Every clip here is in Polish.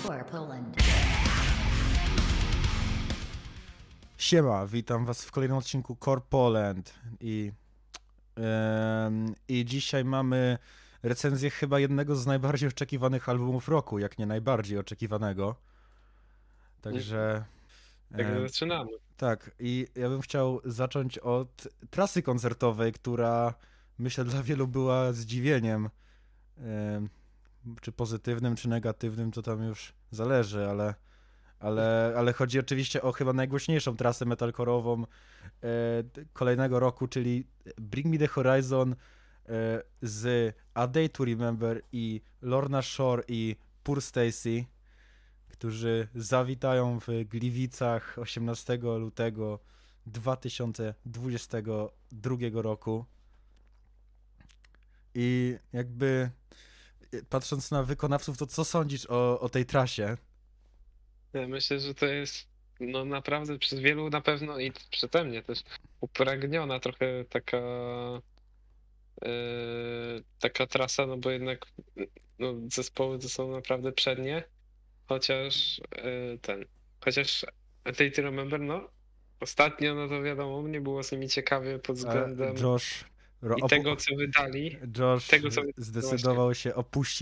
Core Poland. Siema, witam was w kolejnym odcinku Core Poland i dzisiaj mamy recenzję chyba jednego z najbardziej oczekiwanych albumów roku, jak nie najbardziej oczekiwanego. Także Tak em, zaczynamy. tak, i ja bym chciał zacząć od trasy koncertowej, która myślę dla wielu była zdziwieniem, czy pozytywnym, czy negatywnym, to tam już zależy, ale chodzi oczywiście o chyba najgłośniejszą trasę metalcore'ową kolejnego roku, czyli Bring Me The Horizon z A Day To Remember i Lorna Shore i Poor Stacy, którzy zawitają w Gliwicach 18 lutego 2022 roku. I jakby patrząc na wykonawców, to co sądzisz o tej trasie? Ja myślę, że to jest naprawdę przez wielu na pewno i przeze mnie też upragniona trochę taka trasa, no bo jednak zespoły to są naprawdę przednie, chociaż chociaż A Day to Remember, ostatnio, to wiadomo, mnie było z nimi ciekawie pod A względem Josh, i tego, co wydali, Josh tego, co właśnie. zdecydował się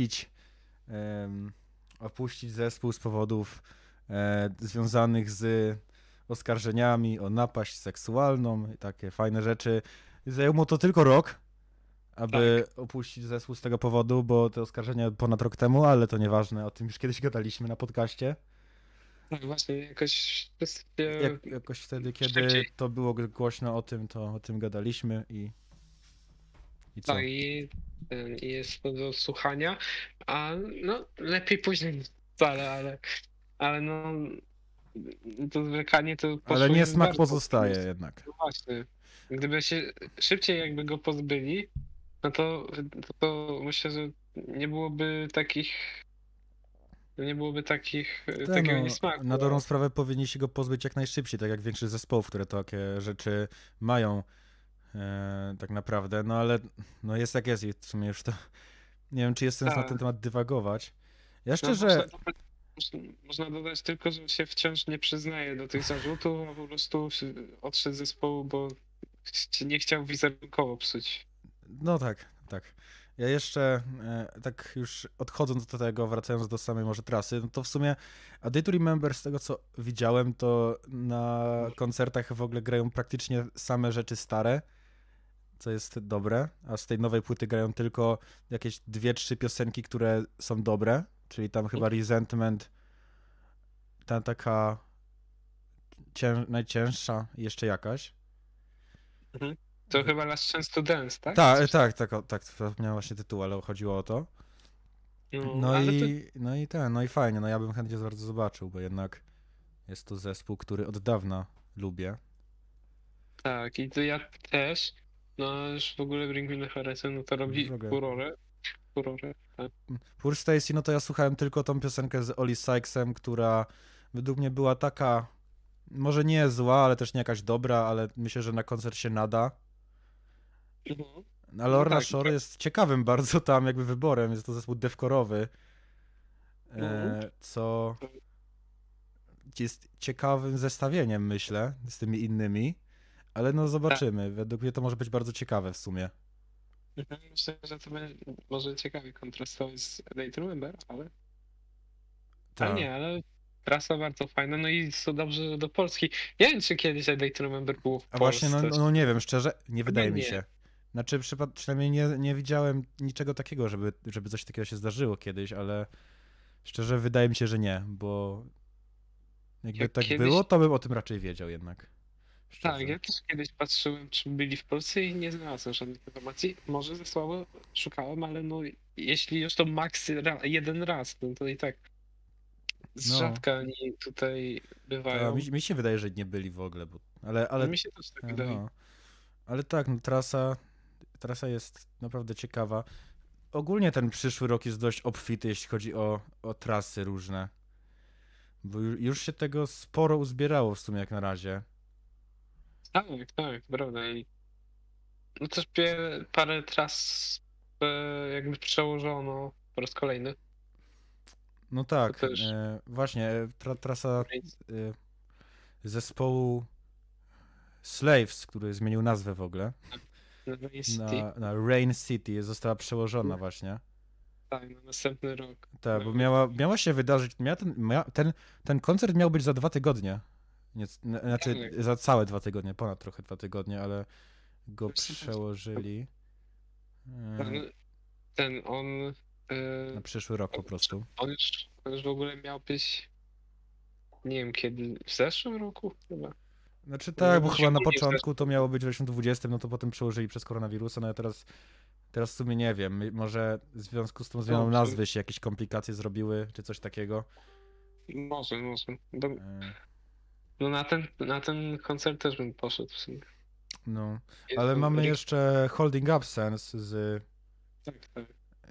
opuścić zespół z powodów związanych z oskarżeniami o napaść seksualną i takie fajne rzeczy. Zajęło mu to tylko rok, aby opuścić zespół z tego powodu, bo te oskarżenia ponad rok temu, ale to nieważne, o tym już kiedyś gadaliśmy na podcaście. Tak, właśnie, jakoś wszystkie Jakoś wtedy, kiedy szybciej. to było głośno o tym, to o tym gadaliśmy i co? Tak, i jest to do słuchania, a lepiej później niż wcale, ale to zwlekanie to poszło Ale już niesmak bardzo pozostaje mocno. jednak. No właśnie, gdyby się szybciej jakby go pozbyli, to myślę, że nie byłoby takiego niesmaku. Na dobrą sprawę powinni się go pozbyć jak najszybciej, tak jak większość zespołów, które takie rzeczy mają tak naprawdę, no ale jest jak jest i w sumie już to nie wiem, czy jest sens na ten temat dywagować. Ja szczerze... Można dodać tylko, że się wciąż nie przyznaje do tych zarzutów, a po prostu odszedł z zespołu, bo nie chciał wizerunkowo psuć. No tak. Ja jeszcze, tak już odchodząc do tego, wracając do samej może trasy, no to w sumie A Day to Remember, z tego co widziałem, to na koncertach w ogóle grają praktycznie same rzeczy stare, co jest dobre, a z tej nowej płyty grają tylko jakieś 2-3 piosenki, które są dobre, czyli tam chyba Resentment, ta taka najcięższa i jeszcze jakaś. To chyba Last Chance to Dance, tak? Tak, miałem właśnie tytuł, ale chodziło o to. No i fajnie, no ja bym chętnie bardzo zobaczył, bo jednak jest to zespół, który od dawna lubię. Tak, i to ja też, już w ogóle Bring Me The Horizon, to robi furorę, tak. Poor Stacy, no to ja słuchałem tylko tą piosenkę z Oli Sykesem, która według mnie była taka, może nie zła, ale też nie jakaś dobra, ale myślę, że na koncert się nada. A Lorna Shore jest ciekawym bardzo tam jakby wyborem, jest to zespół deathcore'owy, co jest ciekawym zestawieniem, myślę, z tymi innymi, ale zobaczymy. Według mnie to może być bardzo ciekawe w sumie. Myślę, że to będzie może ciekawie kontrastować z A Day to Remember, ale... Tak. Ale trasa bardzo fajna, no i co dobrze, że do Polski. Nie wiem, czy kiedyś A Day to Remember było w Polsce. A właśnie, nie wiem, szczerze, nie wydaje mi się. Znaczy, przynajmniej nie widziałem niczego takiego, żeby coś takiego się zdarzyło kiedyś, ale szczerze wydaje mi się, że nie, bo jakby Jak tak kiedyś... było, to bym o tym raczej wiedział jednak. Szczerze. Tak, ja też kiedyś patrzyłem, czy byli w Polsce i nie znalazłem żadnych informacji. Może ze słabo szukałem, ale jeśli już to maks jeden raz, to i tak z rzadka oni tutaj bywają. Mi się wydaje, że nie byli w ogóle, ale Mi się też tak wydaje. Ale tak, trasa jest naprawdę ciekawa. Ogólnie ten przyszły rok jest dość obfity, jeśli chodzi o trasy różne. Bo już się tego sporo uzbierało w sumie jak na razie. Tak, prawda. I też parę tras jakby przełożono po raz kolejny. No To tak, też właśnie, trasa zespołu Slaves, który zmienił nazwę w ogóle, Rain City. na Rain City, została przełożona właśnie. Tak, na następny rok. Tak, bo No, miała się wydarzyć, ten koncert miał być za 2 tygodnie. Nie, znaczy tak, za całe 2 tygodnie, ponad trochę 2 tygodnie, ale go właśnie tak. przełożyli Ten, ten na przyszły rok po prostu. on już w ogóle miał być, nie wiem kiedy, w zeszłym roku chyba. Znaczy On miał tak, bo być chyba na ogólnie w początku to miało być w 2020, no to potem przełożyli przez koronawirusa, no ja teraz w sumie nie wiem, może w związku z tą zmianą Dobrze. nazwy się jakieś komplikacje zrobiły, czy coś takiego. Może. Bo, E, no na ten koncert też bym poszedł w sumie. No, Jest ale to mamy Rick, jeszcze Holding Up Sense z tak.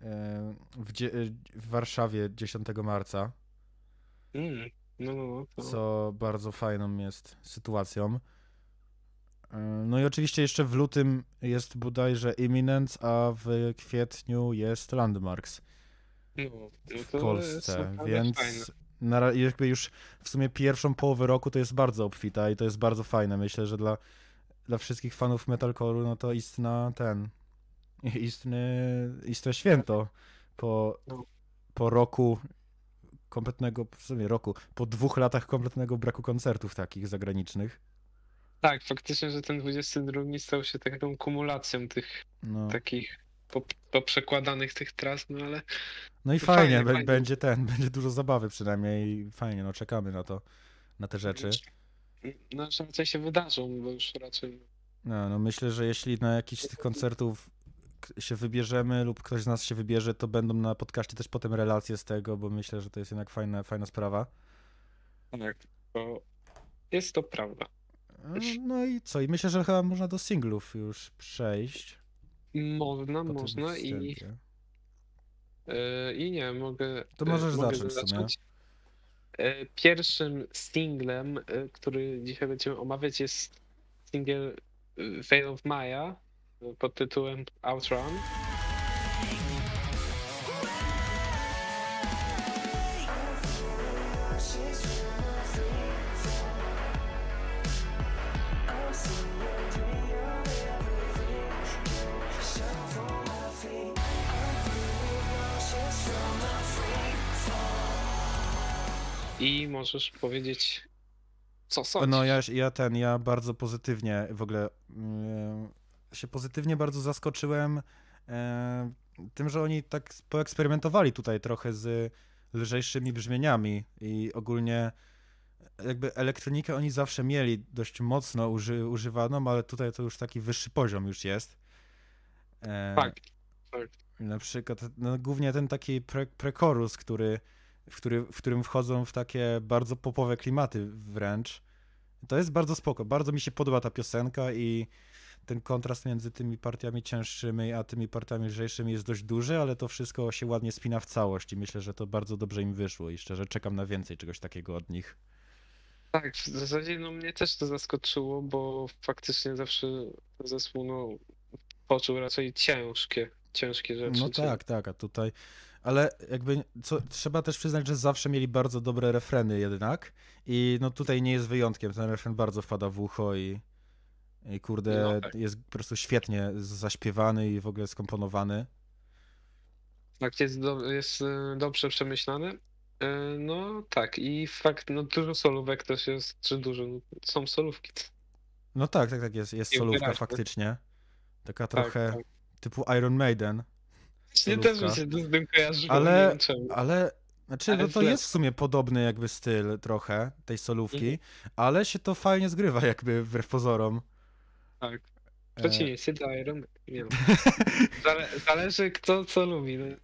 w Warszawie 10 marca, Mm, to co bardzo fajną jest sytuacją. No i oczywiście jeszcze w lutym jest bodajże Imminence, a w kwietniu jest Landmarks no w to jest Polsce, naprawdę fajne. więc jakby już w sumie pierwszą połowę roku to jest bardzo obfita i to jest bardzo fajne. Myślę, że dla wszystkich fanów metalcore'u no to istne święto po, No. po roku kompletnego, w sumie roku, po 2 latach kompletnego braku koncertów takich zagranicznych. Tak, faktycznie, że ten 22 stał się taką kumulacją tych No, takich poprzekładanych tych tras, no ale no i to fajnie, fajnie. będzie dużo zabawy przynajmniej, fajnie, no czekamy na te rzeczy. No, że raczej się wydarzą, bo już raczej. No myślę, że jeśli na jakiś z tych koncertów się wybierzemy lub ktoś z nas się wybierze, to będą na podcaście też potem relacje z tego, bo myślę, że to jest jednak fajna sprawa. Tak, to jest to prawda. No i co? I myślę, że chyba można do singlów już przejść po tym Można wstępie. i nie, mogę, To możesz mogę zacząć w sumie. zacząć. Pierwszym singlem, który dzisiaj będziemy omawiać, jest singiel Veil of Maya pod tytułem Outrun. I możesz powiedzieć, co sądzisz. No ja bardzo pozytywnie w ogóle się pozytywnie bardzo zaskoczyłem tym, że oni tak poeksperymentowali tutaj trochę z lżejszymi brzmieniami i ogólnie jakby elektronikę oni zawsze mieli dość mocno używaną, ale tutaj to już taki wyższy poziom już jest. Tak. Na przykład no, głównie ten taki prekorus, w którym wchodzą w takie bardzo popowe klimaty wręcz. To jest bardzo spoko, bardzo mi się podoba ta piosenka i ten kontrast między tymi partiami cięższymi a tymi partiami lżejszymi jest dość duży, ale to wszystko się ładnie spina w całość i myślę, że to bardzo dobrze im wyszło i szczerze czekam na więcej czegoś takiego od nich. Tak, w zasadzie no, mnie też to zaskoczyło, bo faktycznie zawsze zespół poczuł raczej ciężkie rzeczy. No tak, a tutaj, ale jakby trzeba też przyznać, że zawsze mieli bardzo dobre refreny jednak i no tutaj nie jest wyjątkiem, ten refren bardzo wpada w ucho i kurde, tak. jest po prostu świetnie zaśpiewany i w ogóle skomponowany. Fakt jest dobrze przemyślany. No tak, i fakt, no dużo solówek też jest, czy dużo, no, są solówki. No tak, jest solówka Wyraźne. faktycznie. Taka Tak. trochę typu Iron Maiden. Nie też mi Solówka. się z tym kojarzyło, nie Ale, wiem czemu. znaczy, Ale no to źle. jest w sumie podobny jakby styl trochę tej solówki, Mhm. ale się to fajnie zgrywa jakby wbrew pozorom. Tak. E, Przeciwieństwie do Iron Man. Nie no. Zależy kto co lubi. No.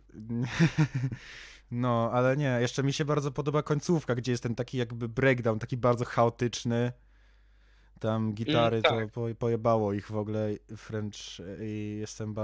No, ale nie, jeszcze mi się bardzo podoba końcówka, gdzie jest ten taki jakby breakdown, taki bardzo chaotyczny. Tam gitary Tak. to pojebało ich w ogóle wręcz i jestem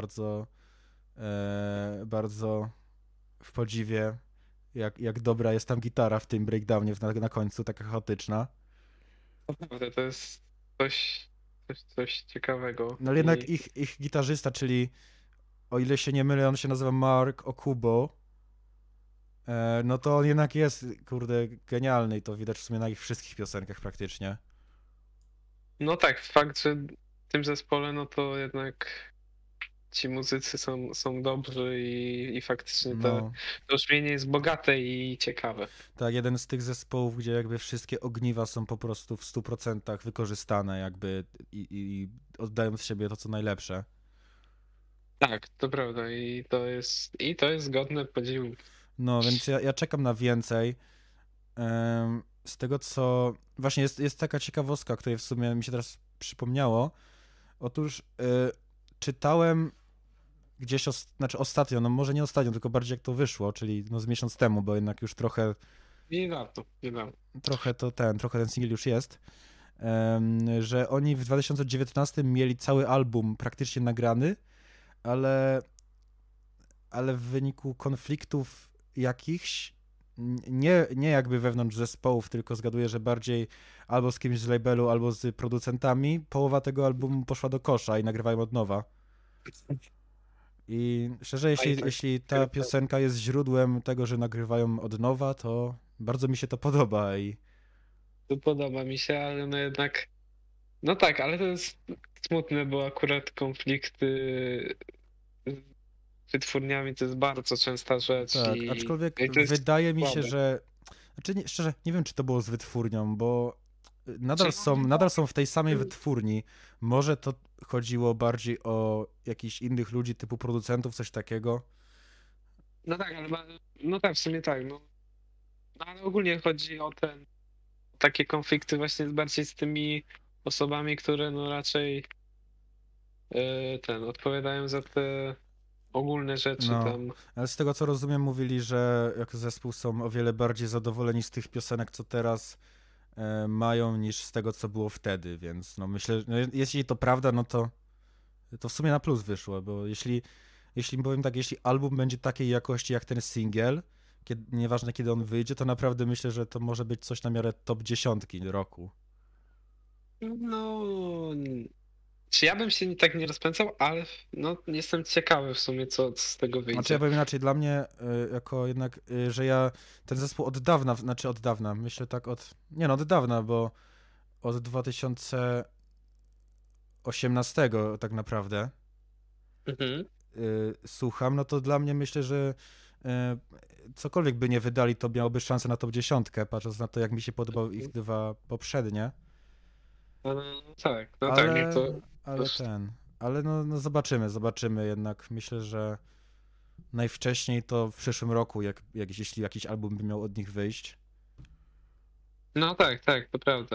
bardzo w podziwie, jak dobra jest tam gitara w tym breakdownie na końcu, taka chaotyczna. Naprawdę to jest coś ciekawego. No ale jednak I ich gitarzysta, czyli o ile się nie mylę, on się nazywa Mark Okubo, No to on jednak jest, kurde, genialny i to widać w sumie na ich wszystkich piosenkach praktycznie. No tak, fakt, że w tym zespole, no to jednak ci muzycy są dobrzy i faktycznie No, to brzmienie jest bogate i ciekawe. tak, jeden z tych zespołów, gdzie jakby wszystkie ogniwa są po prostu w 100% wykorzystane jakby i oddają z siebie to, co najlepsze. Tak, to prawda i to jest godne podziwu. No, więc ja czekam na więcej. Z tego, co... Właśnie jest taka ciekawostka, której w sumie mi się teraz przypomniało. Otóż czytałem gdzieś, znaczy ostatnio, no może nie ostatnio, tylko bardziej jak to wyszło, czyli no z miesiąc temu, bo jednak już trochę Nie warto, nie warto. trochę ten singiel już jest, że oni w 2019 mieli cały album praktycznie nagrany, ale, ale w wyniku konfliktów jakichś, nie jakby wewnątrz zespołów, tylko zgaduję, że bardziej albo z kimś z labelu, albo z producentami, połowa tego albumu poszła do kosza i nagrywają od nowa. I szczerze, A i tak jeśli ta piosenka jest źródłem tego, że nagrywają od nowa, to bardzo mi się to podoba i to podoba mi się, ale no jednak. No tak, ale to jest smutne, bo akurat konflikty z wytwórniami to jest bardzo częsta rzecz tak, no aczkolwiek i to jest wydaje mi się, słabe. że znaczy szczerze, nie wiem, czy to było z wytwórnią, bo Czy nadal są w tej samej wytwórni. Może to chodziło bardziej o jakichś innych ludzi, typu producentów, coś takiego. no tak, ale no tak, w sumie tak, no ale ogólnie chodzi o takie konflikty właśnie bardziej z tymi osobami, które no raczej odpowiadają za te ogólne rzeczy No, tam. ale z tego co rozumiem, mówili, że jako zespół są o wiele bardziej zadowoleni z tych piosenek, co teraz mają, niż z tego, co było wtedy, więc no myślę, no, jeśli to prawda, no to w sumie na plus wyszło, bo jeśli powiem tak, jeśli album będzie takiej jakości jak ten singiel, nieważne kiedy on wyjdzie, to naprawdę myślę, że to może być coś na miarę top 10 roku. No, czy ja bym się tak nie rozpędzał, ale no jestem ciekawy w sumie, co z tego Znaczy ja wyjdzie. powiem inaczej, dla mnie jako jednak, że ja ten zespół od dawna, znaczy od dawna, myślę tak nie no od dawna, bo od 2018 tak naprawdę Mhm. słucham, no to dla mnie myślę, że cokolwiek by nie wydali, to miałoby szansę na top 10, patrząc na to, jak mi się podobały ich dwa poprzednie. No tak, no tak, nie Ale, to ale też. ten, ale no zobaczymy jednak. Myślę, że najwcześniej to w przyszłym roku, jeśli jakiś album by miał od nich wyjść. No tak, tak, to prawda.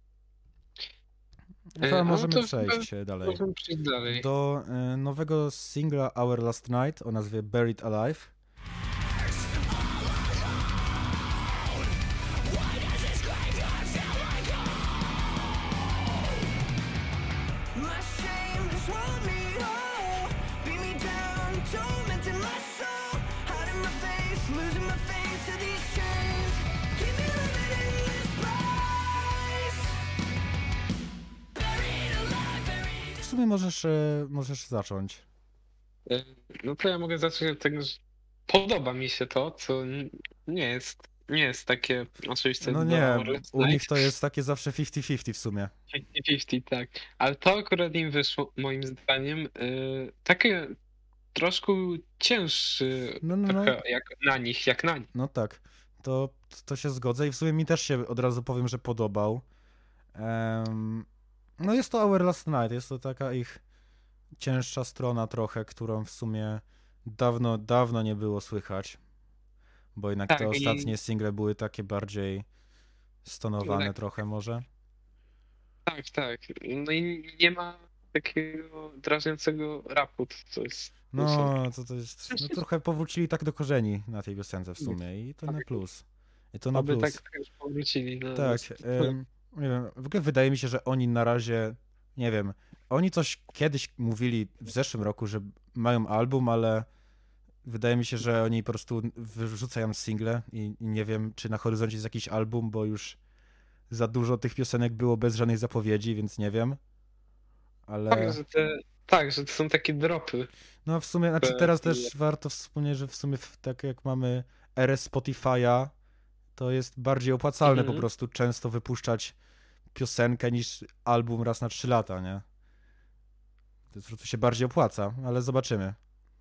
No to A no możemy to chyba przejść dalej. możemy przejść dalej. Do nowego singla Our Last Night o nazwie Buried Alive. W sumie możesz zacząć. No to ja mogę zacząć od tego, że podoba mi się to, co nie jest takie oczywiste No do nie, Our Last u nich Night. to jest takie zawsze 50-50 w sumie. 50-50, tak. Ale to akurat im wyszło, moim zdaniem, takie troszkę cięższy, No. trochę jak na nich. No tak, to się zgodzę i w sumie mi też się od razu powiem, że podobał. No jest to Our Last Night, jest to taka ich cięższa strona trochę, którą w sumie dawno nie było słychać, bo jednak te Tak, i ostatnie single były takie bardziej stonowane tak, trochę może. tak. No i nie ma takiego drażniącego rapu, to jest, no są. No, to jest, no trochę powrócili tak do korzeni na tej piosence w sumie i to na plus. I to na Oby tak plus. już powrócili Tak, nie wiem, w ogóle wydaje mi się, że oni na razie, nie wiem, oni coś kiedyś mówili w zeszłym roku, że mają album, ale wydaje mi się, że oni po prostu wyrzucają single i nie wiem, czy na horyzoncie jest jakiś album, bo już za dużo tych piosenek było bez żadnej zapowiedzi, więc nie wiem, Tak, ale że to są takie dropy. no w sumie, znaczy teraz też warto wspomnieć, że w sumie tak jak mamy erę Spotify'a to jest bardziej opłacalne po Mhm. prostu często wypuszczać piosenkę niż album raz na 3 lata, nie? To po prostu się bardziej opłaca, ale zobaczymy.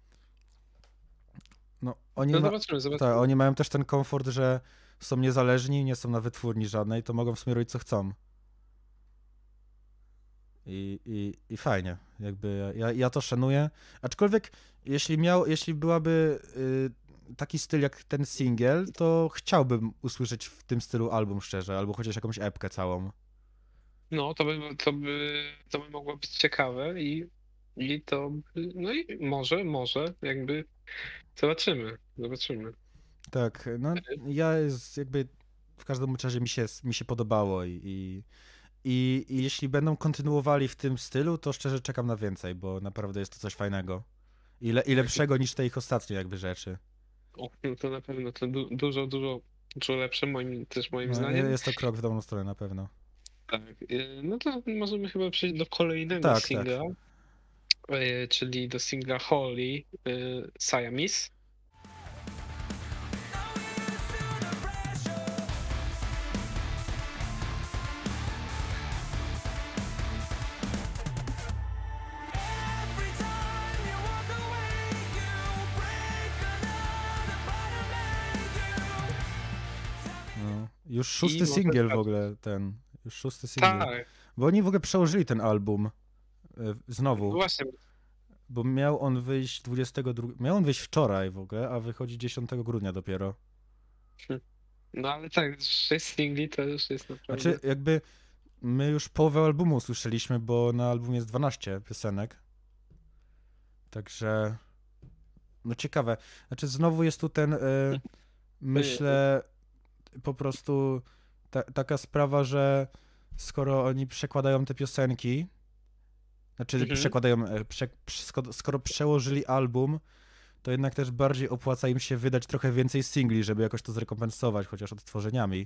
No, No zobaczymy, tak, zobaczymy. oni mają też ten komfort, że są niezależni, nie są na wytwórni żadnej, to mogą w sumie robić co chcą. I fajnie, jakby ja to szanuję. Aczkolwiek, jeśli byłaby taki styl jak ten singiel, to chciałbym usłyszeć w tym stylu album szczerze, albo chociaż jakąś epkę całą. No, to by mogło być ciekawe i to by, no i może, jakby zobaczymy. Tak, no jakby w każdym razie mi się podobało i jeśli będą kontynuowali w tym stylu, to szczerze czekam na więcej, bo naprawdę jest to coś fajnego. I lepszego niż te ich ostatnie jakby rzeczy. O, no to na pewno to dużo lepsze moim No, zdaniem. jest to krok w dobrą stronę na pewno. Tak, no to możemy chyba przejść do kolejnego Tak, tak. singla, czyli do singla Holy, Siamese. No. Już I szósty może singiel w tak, ogóle już szósty singiel. tak, Bo oni w ogóle przełożyli ten album no znowu, właśnie, bo miał on wyjść wczoraj w ogóle, a wychodzi 10 grudnia dopiero. no ale tak, 6 singli to już jest Znaczy naprawdę... jakby my już połowę albumu usłyszeliśmy, bo na albumie jest 12 piosenek. Także no ciekawe. Znaczy znowu jest tu myślę po prostu taka sprawa, że skoro oni przekładają te piosenki, znaczy Mhm. przekładają, skoro przełożyli album, to jednak też bardziej opłaca im się wydać trochę więcej singli, żeby jakoś to zrekompensować, chociaż odtworzeniami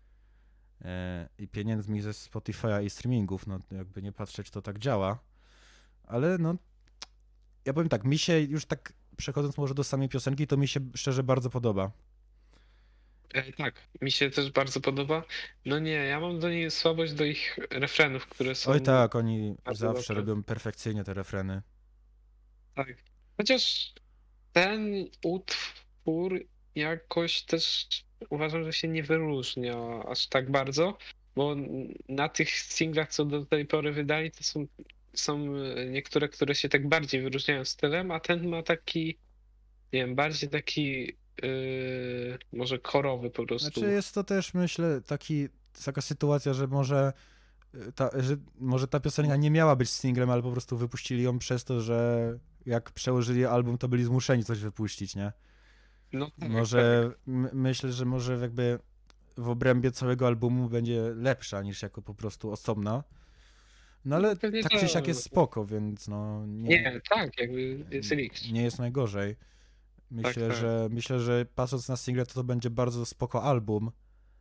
i pieniędzmi ze Spotify'a i streamingów, no jakby nie patrzeć, to tak działa. Ale no, ja powiem tak, mi się już tak przechodząc może do samej piosenki, to mi się szczerze bardzo podoba. Tak, mi się też bardzo podoba. No nie, ja mam do niej słabość do ich refrenów, które Oj są tak, oni bardzo zawsze dobre. robią perfekcyjnie te refreny. Tak. Chociaż ten utwór jakoś też uważam, że się nie wyróżnia aż tak bardzo, bo na tych singlach, co do tej pory wydali, to są niektóre, które się tak bardziej wyróżniają stylem, a ten ma taki, nie wiem, bardziej taki może korowy po Znaczy prostu. jest to też, myślę, taka sytuacja, że może ta piosenka nie miała być singlem, ale po prostu wypuścili ją przez to, że jak przełożyli album, to byli zmuszeni coś wypuścić, nie? No tak, Może tak. myślę, że może jakby w obrębie całego albumu będzie lepsza niż jako po prostu osobna. No No ale pewnie tak tak. czy siak jest spoko, więc no Nie, tak, jakby jest Rix. nie jest najgorzej. Tak, Myślę, tak. że myślę, że patrząc na single, to będzie bardzo spoko album.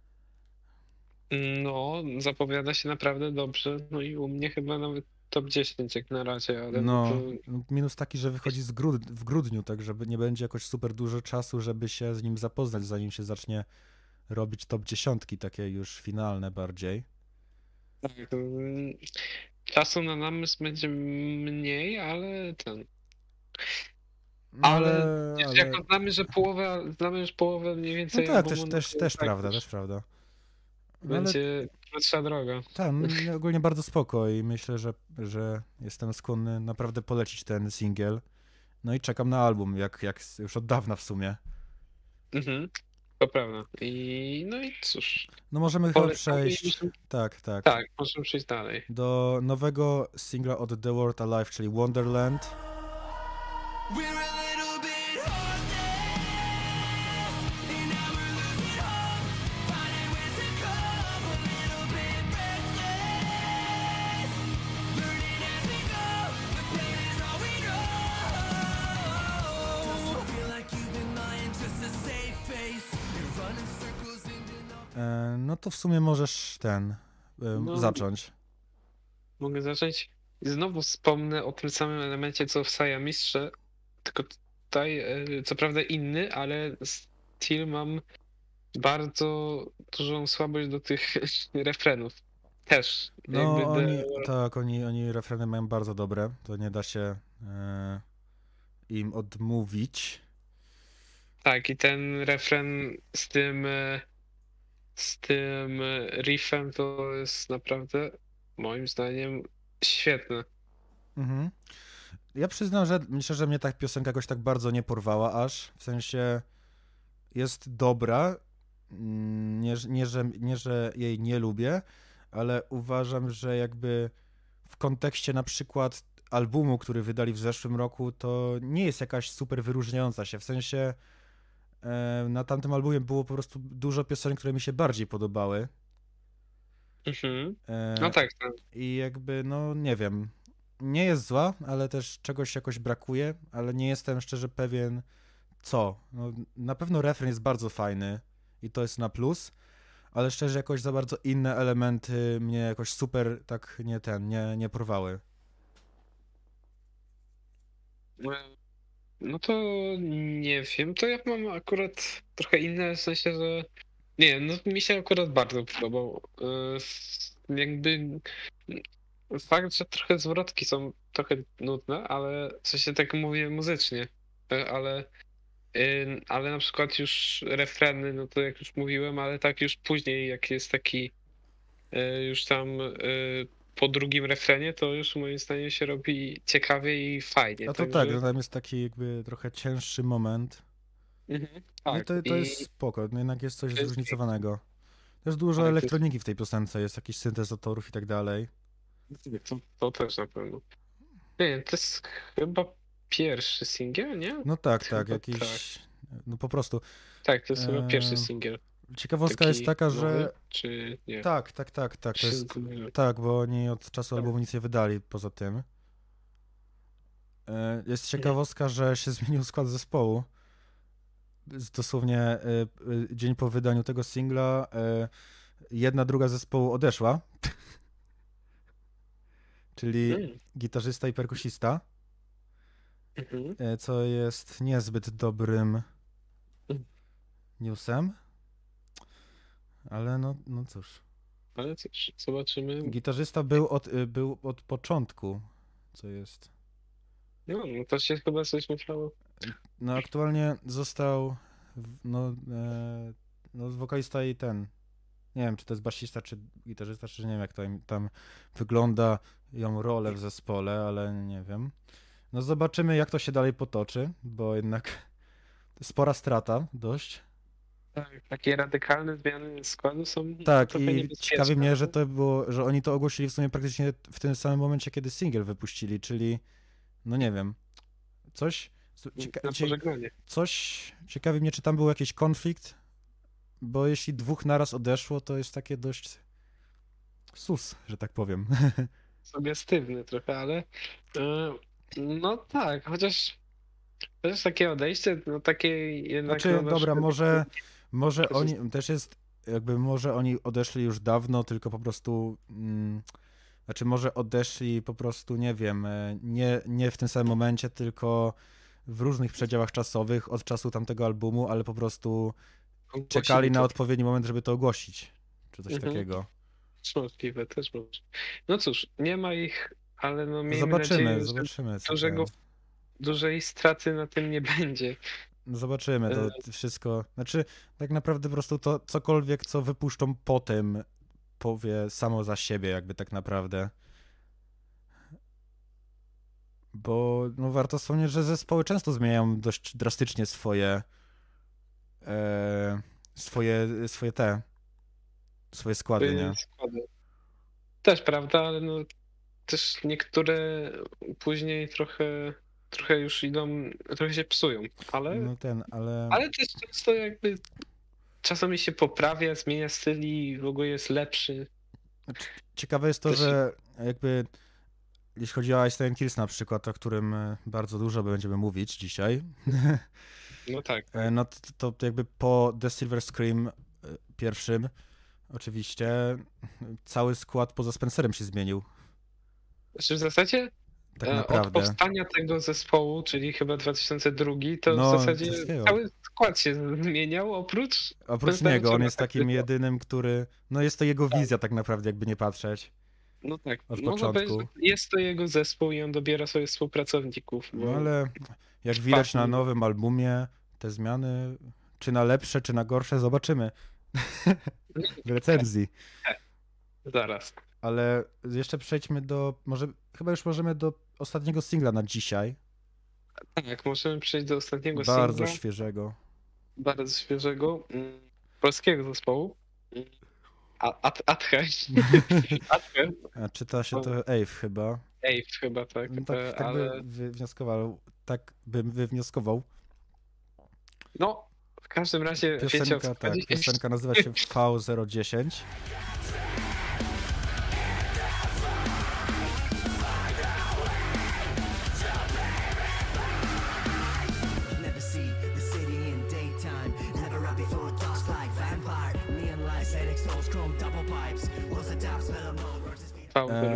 No, zapowiada się naprawdę dobrze. No i u mnie chyba nawet top 10 jak na razie, ale no to No, minus taki, że wychodzi w grudniu, tak żeby nie będzie jakoś super dużo czasu, żeby się z nim zapoznać, zanim się zacznie robić top 10, takie już finalne bardziej. tak, czasu na namysł będzie mniej, ale No ale jak ale znamy już połowę mniej no więcej tak, albumu, no to też tak prawda, już też prawda. No ale będzie krótsza droga. tam ogólnie bardzo spoko i myślę, że jestem skłonny naprawdę polecić ten singiel. No i czekam na album, jak już od dawna w sumie. Mhm, to prawda. No i cóż, No możemy chyba polecamy i przejść, tak, tak, możemy przejść dalej. do nowego singla od The World Alive, czyli Wonderland. We're a little bit heartless, and now we're losing hope, finding ways to cope, a little bit reckless, learning as we go, the pain is all we know. Does it feel like you've been lying just to save face? You're running circles into no... No to w sumie możesz No, zacząć. mogę zacząć. I znowu wspomnę o tym samym elemencie co w Siamese, tylko tutaj co prawda inny, ale Till mam bardzo dużą słabość do tych refrenów. Też. No, Jakby oni refreny mają bardzo dobre, to nie da się im odmówić. tak, i ten refren z tym riffem to jest naprawdę moim zdaniem świetne. Mhm. Ja przyznam, że myślę, że mnie ta piosenka jakoś tak bardzo nie porwała aż, w sensie jest dobra, nie, że jej nie lubię, ale uważam, że jakby w kontekście na przykład albumu, który wydali w zeszłym roku, to nie jest jakaś super wyróżniająca się, w sensie na tamtym albumie było po prostu dużo piosenek, które mi się bardziej podobały. Mhm. E, No tak, tak. I jakby, no nie wiem, nie jest zła, ale też czegoś jakoś brakuje, ale nie jestem szczerze pewien co. No, na pewno refren jest bardzo fajny i to jest na plus, ale szczerze jakoś za bardzo inne elementy mnie jakoś super tak nie porwały. No to nie wiem, to ja mam akurat trochę inne, w sensie, że nie, no mi się akurat bardzo podobał. Jakby fakt, że trochę zwrotki są trochę nudne, ale w sensie tak mówię muzycznie, ale na przykład już refreny, no to jak już mówiłem, ale tak już później, jak jest taki już tam po drugim refrenie, to już moim zdaniem się robi ciekawie i fajnie, A to tak, także no tam jest taki jakby trochę cięższy moment. No i tak, to jest spoko, no jednak jest coś to jest zróżnicowanego. Też dużo tak, to jest elektroniki w tej piosence, jest jakiś syntezatorów i tak dalej. to też na pewno. Nie, to jest chyba pierwszy singiel, nie? No tak, Chyba tak. jakiś, no po prostu. Tak, to jest chyba pierwszy E, singiel. Ciekawostka jest Taki taka, nowy, że czy nie? to jest, tak, bo oni od czasu Tak. albumu nic nie wydali poza tym. Jest Mhm. ciekawostka, że się zmienił skład zespołu. Dosłownie dzień po wydaniu tego singla jedna druga zespołu odeszła, czyli Mm, gitarzysta i perkusista, mhm. co jest niezbyt dobrym Mm. newsem, ale no cóż. Ale cóż, zobaczymy. Gitarzysta był od początku, co jest. No to się chyba coś musiało. No aktualnie został no wokalista i ten. Nie wiem, czy to jest basista, czy gitarzysta, czy nie wiem, jak to im tam wygląda, ją rolę w zespole, ale nie wiem. No zobaczymy, jak to się dalej potoczy, bo jednak spora strata dość. Tak, takie radykalne zmiany składu są Tak, trochę i ciekawi mnie, niebezpieczne. że to było, że oni to ogłosili w sumie praktycznie w tym samym momencie, kiedy singiel wypuścili, czyli no nie wiem, coś Na pożegnanie. ciekawi mnie, czy tam był jakiś konflikt, bo jeśli dwóch naraz odeszło, to jest takie dość sus, że tak powiem. Sugestywny trochę, ale no tak, chociaż takie odejście, no takie jednak Znaczy, no dobra, naszego może oni też jest, jakby może oni odeszli już dawno, tylko po prostu, znaczy może odeszli po prostu, nie wiem, nie w tym samym momencie, tylko w różnych przedziałach czasowych od czasu tamtego albumu, ale po prostu czekali na to. odpowiedni moment, żeby to ogłosić, czy coś Mhm. takiego. Też możliwe, też może. No cóż, nie ma ich, ale no miejmy Zobaczymy, nadzieję, że zobaczymy, co dużego, ten. dużej straty na tym nie będzie. No zobaczymy, E, to wszystko, znaczy tak naprawdę po prostu to cokolwiek, co wypuszczą potem, powie samo za siebie, jakby tak naprawdę. Bo no, warto wspomnieć, że zespoły często zmieniają dość drastycznie e, swoje składy, nie? składy. Też prawda, ale no też niektóre później trochę już idą, trochę się psują, No ale ale też często jakby czasami się poprawia, zmienia styl i w ogóle jest lepszy. ciekawe jest to, Też, że jakby jeśli chodzi o Ice Kills na przykład, o którym bardzo dużo będziemy mówić dzisiaj, no tak. no to jakby po The Silver Scream pierwszym oczywiście cały skład poza Spencerem się zmienił, Znaczy w zasadzie tak od naprawdę. powstania tego zespołu, czyli chyba 2002, to w No, zasadzie wszystkiego. cały skład się zmieniał oprócz... Oprócz ten niego, on sam jest tak takim tylko. jedynym, który... No jest to jego wizja tak naprawdę, jakby nie patrzeć. No tak, Od można powiedzieć, początku. że jest to jego zespół i on dobiera sobie współpracowników, No bo ale jak widać na wpadli- nowym albumie, te zmiany, czy na lepsze, czy na gorsze, zobaczymy w recenzji. Zaraz. Ale jeszcze przejdźmy może chyba już możemy do ostatniego singla na dzisiaj. Tak, możemy przejść do ostatniego Bardzo singla, świeżego. bardzo świeżego, polskiego zespołu. Athe. Athe. A czyta się to Ave chyba. Ave chyba, tak. No tak Ale by wywnioskował. Tak bym wywnioskował. no, w każdym razie wiecie o co Piosenka, tak, chodzi. piosenka nazywa się V010. Never see the city in daytime. Never run before dusk like vampire. Neon lights, head exposed, chrome double pipes. Walls of top, smell of mold, versus feet.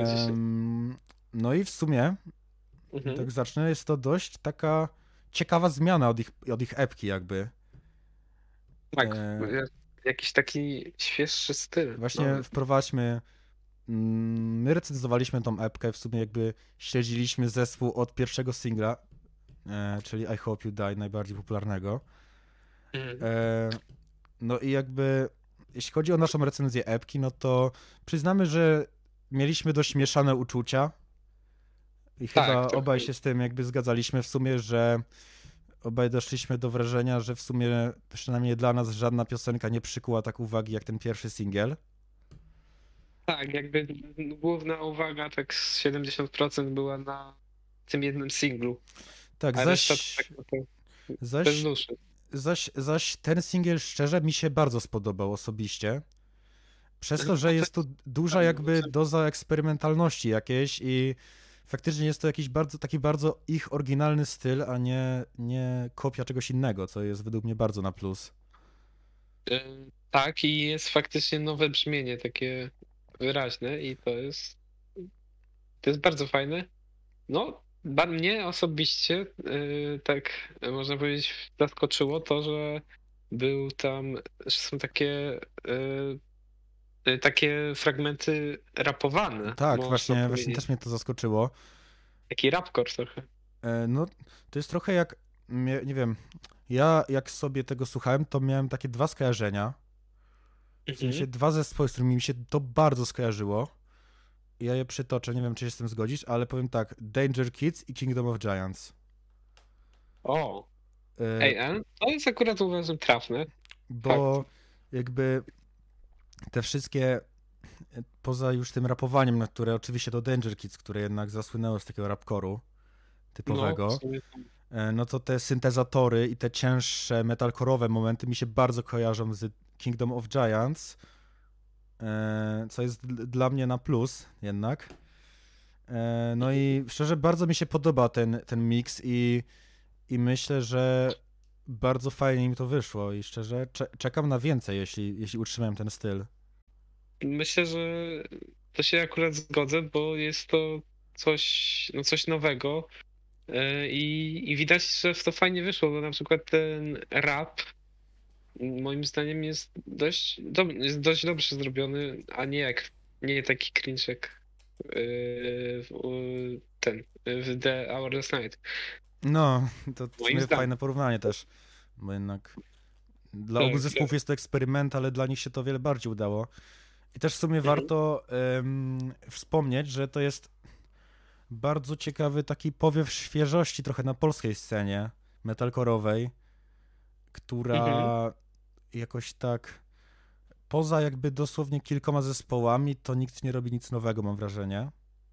No i w sumie, Mhm. tak zacznę, jest to dość taka ciekawa zmiana od ich epki jakby. Tak, e, jakiś taki świeższy styl. Właśnie nowy. wprowadźmy. My recenzowaliśmy tą epkę, w sumie jakby śledziliśmy zespół od pierwszego singla, czyli I Hope You Die, najbardziej popularnego. Mhm. No i jakby, jeśli chodzi o naszą recenzję epki, no to przyznamy, że mieliśmy dość mieszane uczucia i Tak, chyba trochę. obaj się z tym jakby zgadzaliśmy w sumie, że obaj doszliśmy do wrażenia, że w sumie przynajmniej dla nas żadna piosenka nie przykuła tak uwagi jak ten pierwszy singiel. Tak, jakby główna uwaga, tak z 70% była na tym jednym singlu. Tak, A reszta to zaś, tak no to zaś bez duszy. Zaś ten singiel szczerze mi się bardzo spodobał osobiście. Przez to, że jest tu duża jakby doza eksperymentalności jakiejś i faktycznie jest to jakiś taki bardzo ich oryginalny styl, a nie kopia czegoś innego, co jest według mnie bardzo na plus. Tak, i jest faktycznie nowe brzmienie, takie wyraźne i to jest bardzo fajne. No, mnie osobiście tak można powiedzieć zaskoczyło to, że był tam, że są takie fragmenty rapowane, Tak, można właśnie powiedzieć. też mnie to zaskoczyło. Taki rapcore trochę. No, to jest trochę jak, nie wiem, ja jak sobie tego słuchałem, to miałem takie dwa skojarzenia. W sensie dwa zespoły, z którymi mi się to bardzo skojarzyło. Ja je przytoczę, nie wiem, czy się z tym zgodzisz, ale powiem tak, Danger Kids i Kingdom of Giants. O, E, to jest akurat uważam trafne. Bo jakby te wszystkie, poza już tym rapowaniem, na które oczywiście to Danger Kids, które jednak zasłynęło z takiego rapcore'u typowego, No, w sumie no to te syntezatory i te cięższe metalcore'owe momenty mi się bardzo kojarzą z Kingdom of Giants, co jest dla mnie na plus jednak. No i szczerze bardzo mi się podoba ten miks i myślę, że bardzo fajnie im to wyszło i szczerze czekam na więcej, jeśli utrzymają ten styl. myślę, że to się akurat zgodzę, bo jest to coś nowego i widać, że w to fajnie wyszło, bo na przykład ten rap moim zdaniem jest dość dobrze zrobiony, a nie taki cringe jak w The Hourless Night. No, to w Moim sumie zdaniem. fajne porównanie też, bo jednak dla Tak, obu zespołów jest to eksperyment, ale dla nich się to o wiele bardziej udało. I też w sumie warto wspomnieć, że to jest bardzo ciekawy taki powiew świeżości trochę na polskiej scenie metalcore'owej, która jakoś tak poza jakby dosłownie kilkoma zespołami, to nikt nie robi nic nowego, mam wrażenie.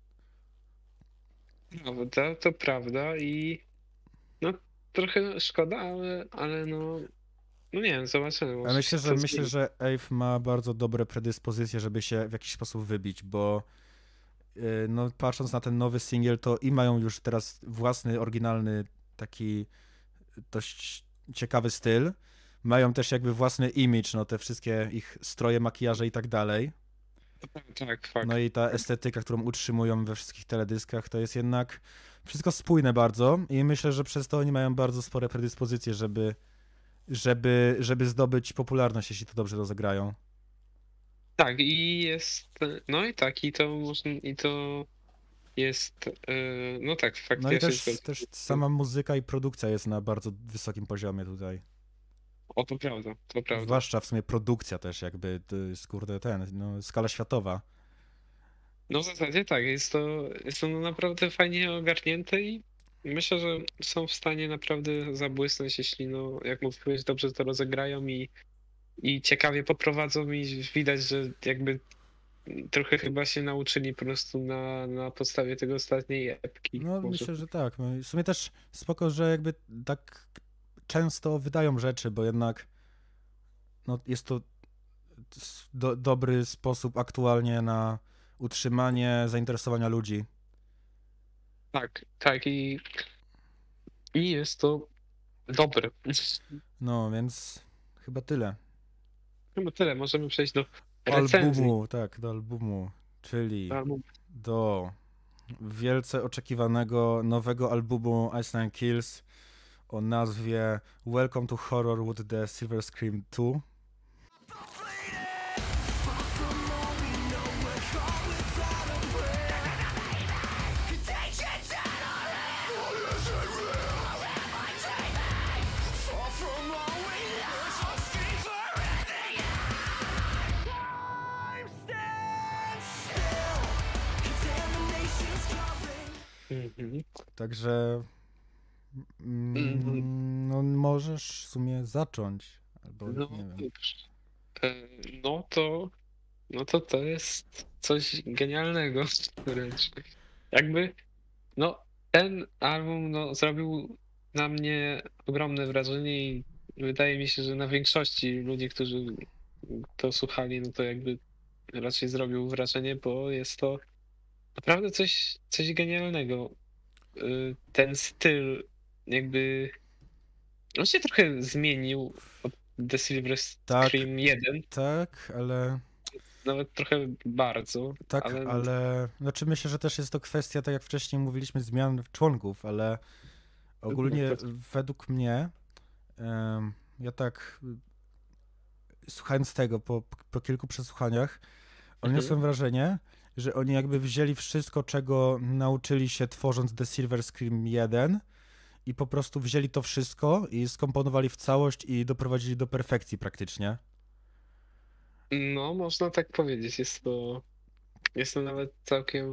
Prawda, to prawda i no trochę szkoda, ale no nie wiem, zobaczymy. Ale może myślę, się to myślę, zmieni. że Ave ma bardzo dobre predyspozycje, żeby się w jakiś sposób wybić, bo no, patrząc na ten nowy singiel, to i mają już teraz własny, oryginalny, taki dość ciekawy styl. Mają też jakby własny image, no te wszystkie ich stroje, makijaże i tak dalej. Tak, fakt. No i ta estetyka, którą utrzymują we wszystkich teledyskach, to jest jednak wszystko spójne bardzo i myślę, że przez to oni mają bardzo spore predyspozycje, żeby żeby zdobyć popularność, jeśli to dobrze rozegrają. Tak, i jest, no i tak, i to jest, no tak, No i faktycznie. też sama muzyka i produkcja jest na bardzo wysokim poziomie tutaj. O, to prawda, to prawda. Zwłaszcza w sumie produkcja też jakby, to jest kurde skala światowa. No w zasadzie tak, jest to no naprawdę fajnie ogarnięte i myślę, że są w stanie naprawdę zabłysnąć, jeśli no, jak mówiłeś, dobrze to rozegrają i ciekawie poprowadzą i widać, że jakby trochę chyba się nauczyli po prostu na podstawie tego ostatniej epki. No Może. myślę, że tak. No, i w sumie też spoko, że jakby tak często wydają rzeczy, bo jednak no, jest to dobry sposób aktualnie na utrzymanie zainteresowania ludzi. Tak, tak i jest to dobre. No, więc chyba tyle. Chyba tyle, możemy przejść do recenzji. Albumu, tak, do albumu, czyli do wielce oczekiwanego nowego albumu Iceland Kills o nazwie Welcome to Horrorwood The Silver Scream 2. Mhm. Także no możesz w sumie zacząć, albo No, nie wiem. dobrze. No to jest coś genialnego wręcz. Jakby, no, ten album no, zrobił na mnie ogromne wrażenie i wydaje mi się, że na większości ludzi, którzy to słuchali, no to jakby raczej zrobił wrażenie, bo jest to naprawdę coś genialnego. Ten styl jakby on się trochę zmienił od The Silver Tak. Scream 1, Tak, ale nawet trochę bardzo, tak, ale znaczy myślę, że też jest to kwestia, tak jak wcześniej mówiliśmy, zmian członków, ale ogólnie według mnie ja tak słuchając tego po kilku przesłuchaniach odniosłem wrażenie, że oni jakby wzięli wszystko, czego nauczyli się tworząc The Silver Scream 1 i po prostu wzięli to wszystko i skomponowali w całość i doprowadzili do perfekcji praktycznie. No, można tak powiedzieć. Jest to nawet całkiem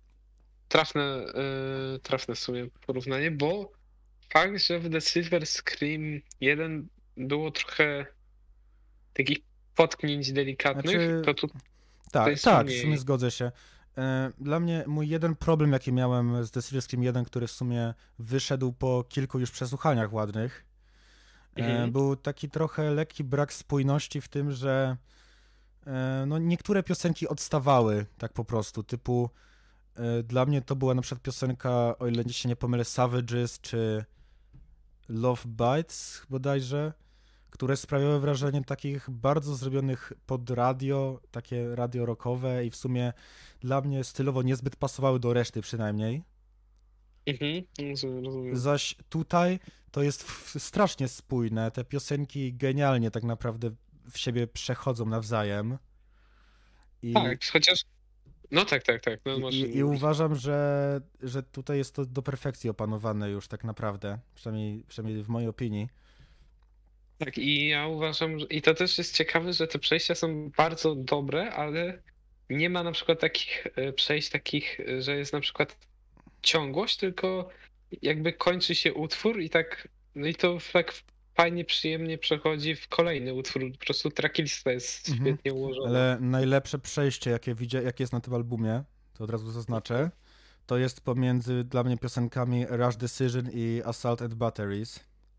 trafne w sumie porównanie, bo fakt, że w The Silver Scream 1 było trochę takich potknięć delikatnych, Znaczy, to tutaj tak, jest w sumie mniej. zgodzę się. Dla mnie mój jeden problem, jaki miałem z The Silver Scream 1, który w sumie wyszedł po kilku już przesłuchaniach ładnych, był taki trochę lekki brak spójności w tym, że no niektóre piosenki odstawały tak po prostu, typu dla mnie to była na przykład piosenka, o ile się nie pomylę, Savages czy Love Bites bodajże, które sprawiały wrażenie takich bardzo zrobionych pod radio, takie radio rockowe i w sumie dla mnie stylowo niezbyt pasowały do reszty przynajmniej. Rozumiem. Zaś tutaj to jest strasznie spójne, te piosenki genialnie tak naprawdę w siebie przechodzą nawzajem. Tak, chociaż. No tak. No, I uważam, że tutaj jest to do perfekcji opanowane już tak naprawdę, przynajmniej w mojej opinii. Tak, i ja uważam, i to też jest ciekawe, że te przejścia są bardzo dobre, ale nie ma na przykład takich przejść że jest na przykład ciągłość, tylko jakby kończy się utwór i tak, no i to tak fajnie, przyjemnie przechodzi w kolejny utwór. Po prostu tracklista jest świetnie ułożona. Ale najlepsze przejście, jakie jest na tym albumie, to od razu zaznaczę, to jest pomiędzy dla mnie piosenkami Rush Decision i Assault and Batteries.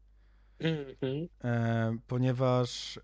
Ponieważ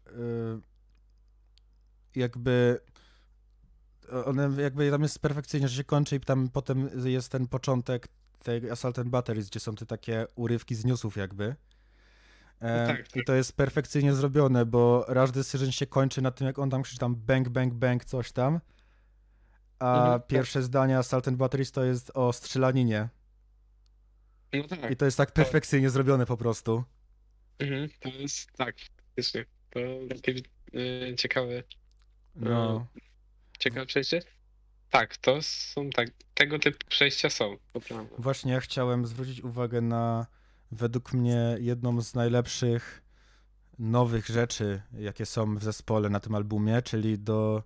jakby one jakby tam jest perfekcyjnie, że się kończy i tam potem jest ten początek tej Assault and Batteries, gdzie są te takie urywki z newsów jakby. Tak. I to jest perfekcyjnie zrobione, bo Rush Decision się kończy na tym, jak on tam krzyczy tam bang, bang, bang, coś tam, a pierwsze zdanie Assault and Batteries to jest o strzelaninie. No tak. I to jest tak perfekcyjnie zrobione po prostu. To jest tak, faktycznie. To takie ciekawe, No, ciekawe przejście. Tak, to są tak, tego typu przejścia są, to prawda. właśnie ja chciałem zwrócić uwagę na według mnie jedną z najlepszych nowych rzeczy, jakie są w zespole na tym albumie, czyli do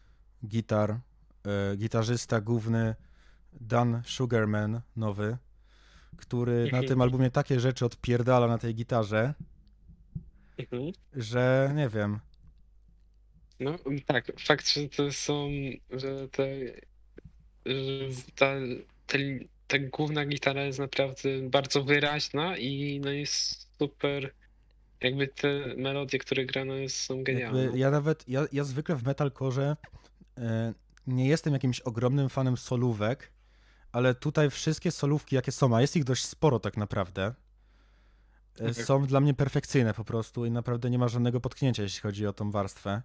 gitarzysta główny Dan Sugarman nowy, który na tym albumie takie rzeczy odpierdala na tej gitarze, Mhm. że nie wiem. No tak, fakt, że to są, że ta, te, ta główna gitara jest naprawdę bardzo wyraźna i no jest super, jakby te melodie, które grano są genialne. Jakby ja zwykle w metalcore nie jestem jakimś ogromnym fanem solówek, ale tutaj wszystkie solówki, jakie są, a jest ich dość sporo tak naprawdę, Tak. są dla mnie perfekcyjne po prostu i naprawdę nie ma żadnego potknięcia, jeśli chodzi o tą warstwę.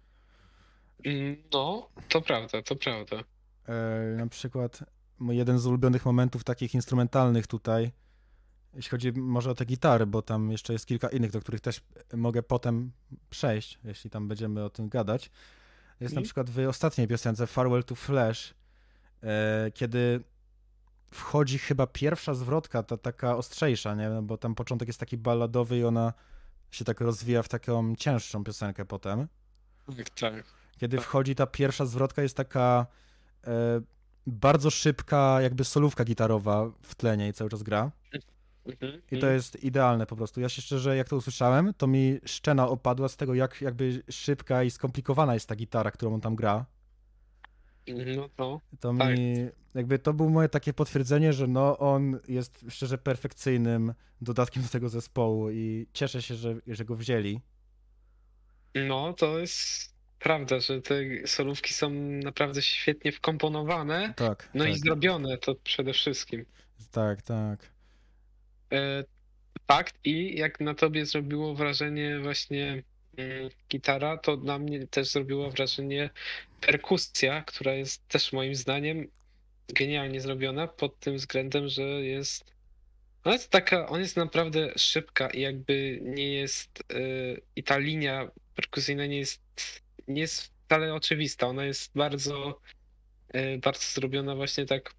No, to prawda, to prawda. Na przykład mój jeden z ulubionych momentów takich instrumentalnych tutaj, jeśli chodzi może o te gitary, bo tam jeszcze jest kilka innych, do których też mogę potem przejść, jeśli tam będziemy o tym gadać. Jest na przykład w ostatniej piosence Farewell to Flash, kiedy wchodzi chyba pierwsza zwrotka, ta taka ostrzejsza, nie? No bo tam początek jest taki balladowy i ona się tak rozwija w taką cięższą piosenkę potem. Tak. Kiedy wchodzi ta pierwsza zwrotka, jest taka bardzo szybka jakby solówka gitarowa w tlenie i cały czas gra. I to jest idealne po prostu. Ja się szczerze, jak to usłyszałem, to mi szczena opadła z tego, jak jakby szybka i skomplikowana jest ta gitara, którą on tam gra. No to. To Tak. mi, jakby to było moje takie potwierdzenie, że no on jest szczerze perfekcyjnym dodatkiem do tego zespołu i cieszę się, że go wzięli. No, to jest prawda, że te solówki są naprawdę świetnie wkomponowane, Tak, no i tak, zrobione to przede wszystkim. tak, tak. E, Fakt i jak na tobie zrobiło wrażenie właśnie gitara, to na mnie też zrobiło wrażenie perkusja, która jest też moim zdaniem genialnie zrobiona pod tym względem, że jest ona jest naprawdę szybka i jakby nie jest i ta linia perkusyjna nie jest wcale oczywista. Ona jest bardzo zrobiona właśnie tak,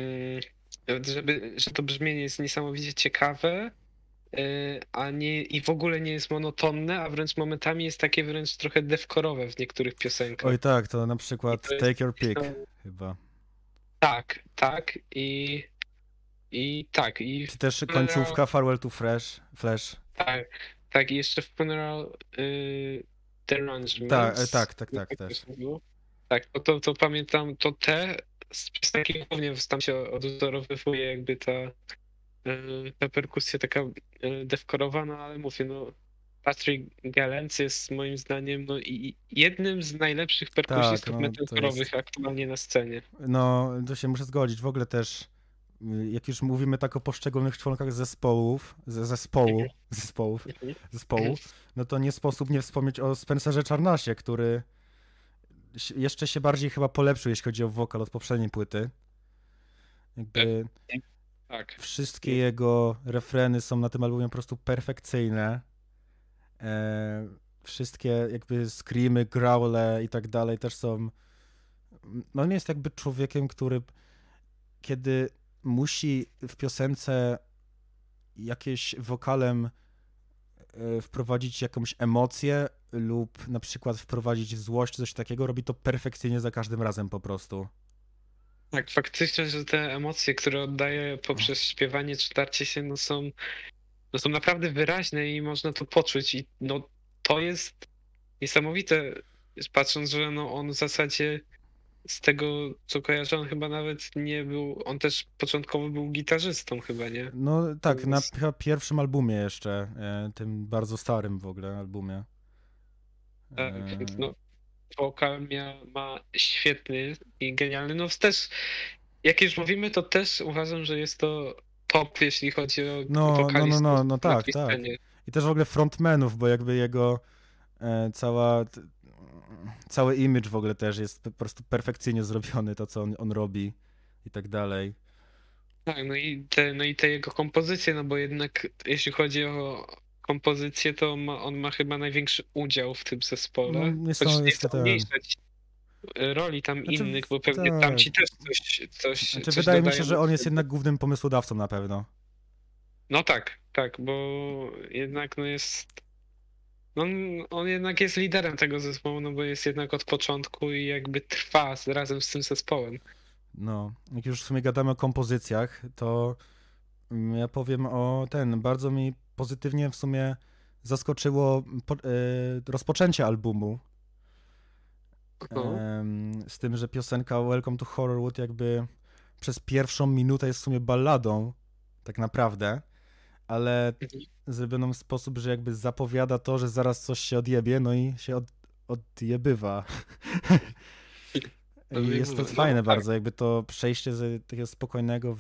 że to brzmienie jest niesamowicie ciekawe, a nie i w ogóle nie jest monotonne, a wręcz momentami jest takie wręcz trochę devkorowe w niektórych piosenkach. Oj tak, to na I przykład to jest Take Your Pick chyba. tak, tak i tak i Czy też końcówka Farewell to Flash. tak, tak, i jeszcze w Funeral The Arrangements. Tak, też. Tak, to pamiętam, to te z piosenki głównie tam się odwzorowywuje jakby ta perkusja taka devkorowa, no ale mówię, no Patrick Gallant jest moim zdaniem no i jednym z najlepszych perkusistów no, to metalkorowych jest- aktualnie na scenie. No, to się muszę zgodzić. W ogóle też, jak już mówimy tak o poszczególnych członkach zespołu, no to nie sposób nie wspomnieć o Spencerze Czarnasie, który jeszcze się bardziej chyba polepszył, jeśli chodzi o wokal od poprzedniej płyty. Jakby Tak. wszystkie jego refreny są na tym albumie po prostu perfekcyjne. Wszystkie jakby screamy, growle i tak dalej też są... No on jest jakby człowiekiem, który kiedy musi w piosence jakieś wokalem wprowadzić jakąś emocję lub na przykład wprowadzić złość, coś takiego, robi to perfekcyjnie za każdym razem po prostu. Tak, faktycznie, że te emocje, które oddaje poprzez śpiewanie czy darcie się, no są naprawdę wyraźne i można to poczuć i no to jest niesamowite, patrząc, że no on w zasadzie z tego, co kojarzę, on chyba nawet nie był, on też początkowo był gitarzystą chyba, nie? No tak, To na jest- chyba pierwszym albumie jeszcze, tym bardzo starym w ogóle albumie. Tak, więc no wokal ma świetny i genialny, no też, jak już mówimy, to też uważam, że jest to top, jeśli chodzi o wokalistów No na tak, tej tak. scenie. I też w ogóle frontmanów, bo jakby jego cały image w ogóle też jest po prostu perfekcyjnie zrobiony, to co on robi i tak dalej. Tak, no i te jego kompozycje, no bo jednak jeśli chodzi o kompozycję, to on ma chyba największy udział w tym zespole. No, jest Choć to, nie jest chcę to ten. umniejszać roli tam Znaczy, innych, bo pewnie tak. tamci też coś Znaczy, coś wydaje mi się, dodają że od on jest siebie. jednak głównym pomysłodawcą na pewno. No tak, tak, bo jednak no jest. No, on jednak jest liderem tego zespołu, no bo jest jednak od początku i jakby trwa razem z tym zespołem. No, jak już w sumie gadamy o kompozycjach, to ja powiem o bardzo mi pozytywnie w sumie zaskoczyło rozpoczęcie albumu. No. Z tym, że piosenka Welcome to Horrorwood jakby przez pierwszą minutę jest w sumie balladą, tak naprawdę, ale zrobioną w sposób, że jakby zapowiada to, że zaraz coś się odjebie, no i się odjebywa. I jest to No, fajne tak, bardzo, jakby to przejście z takiego spokojnego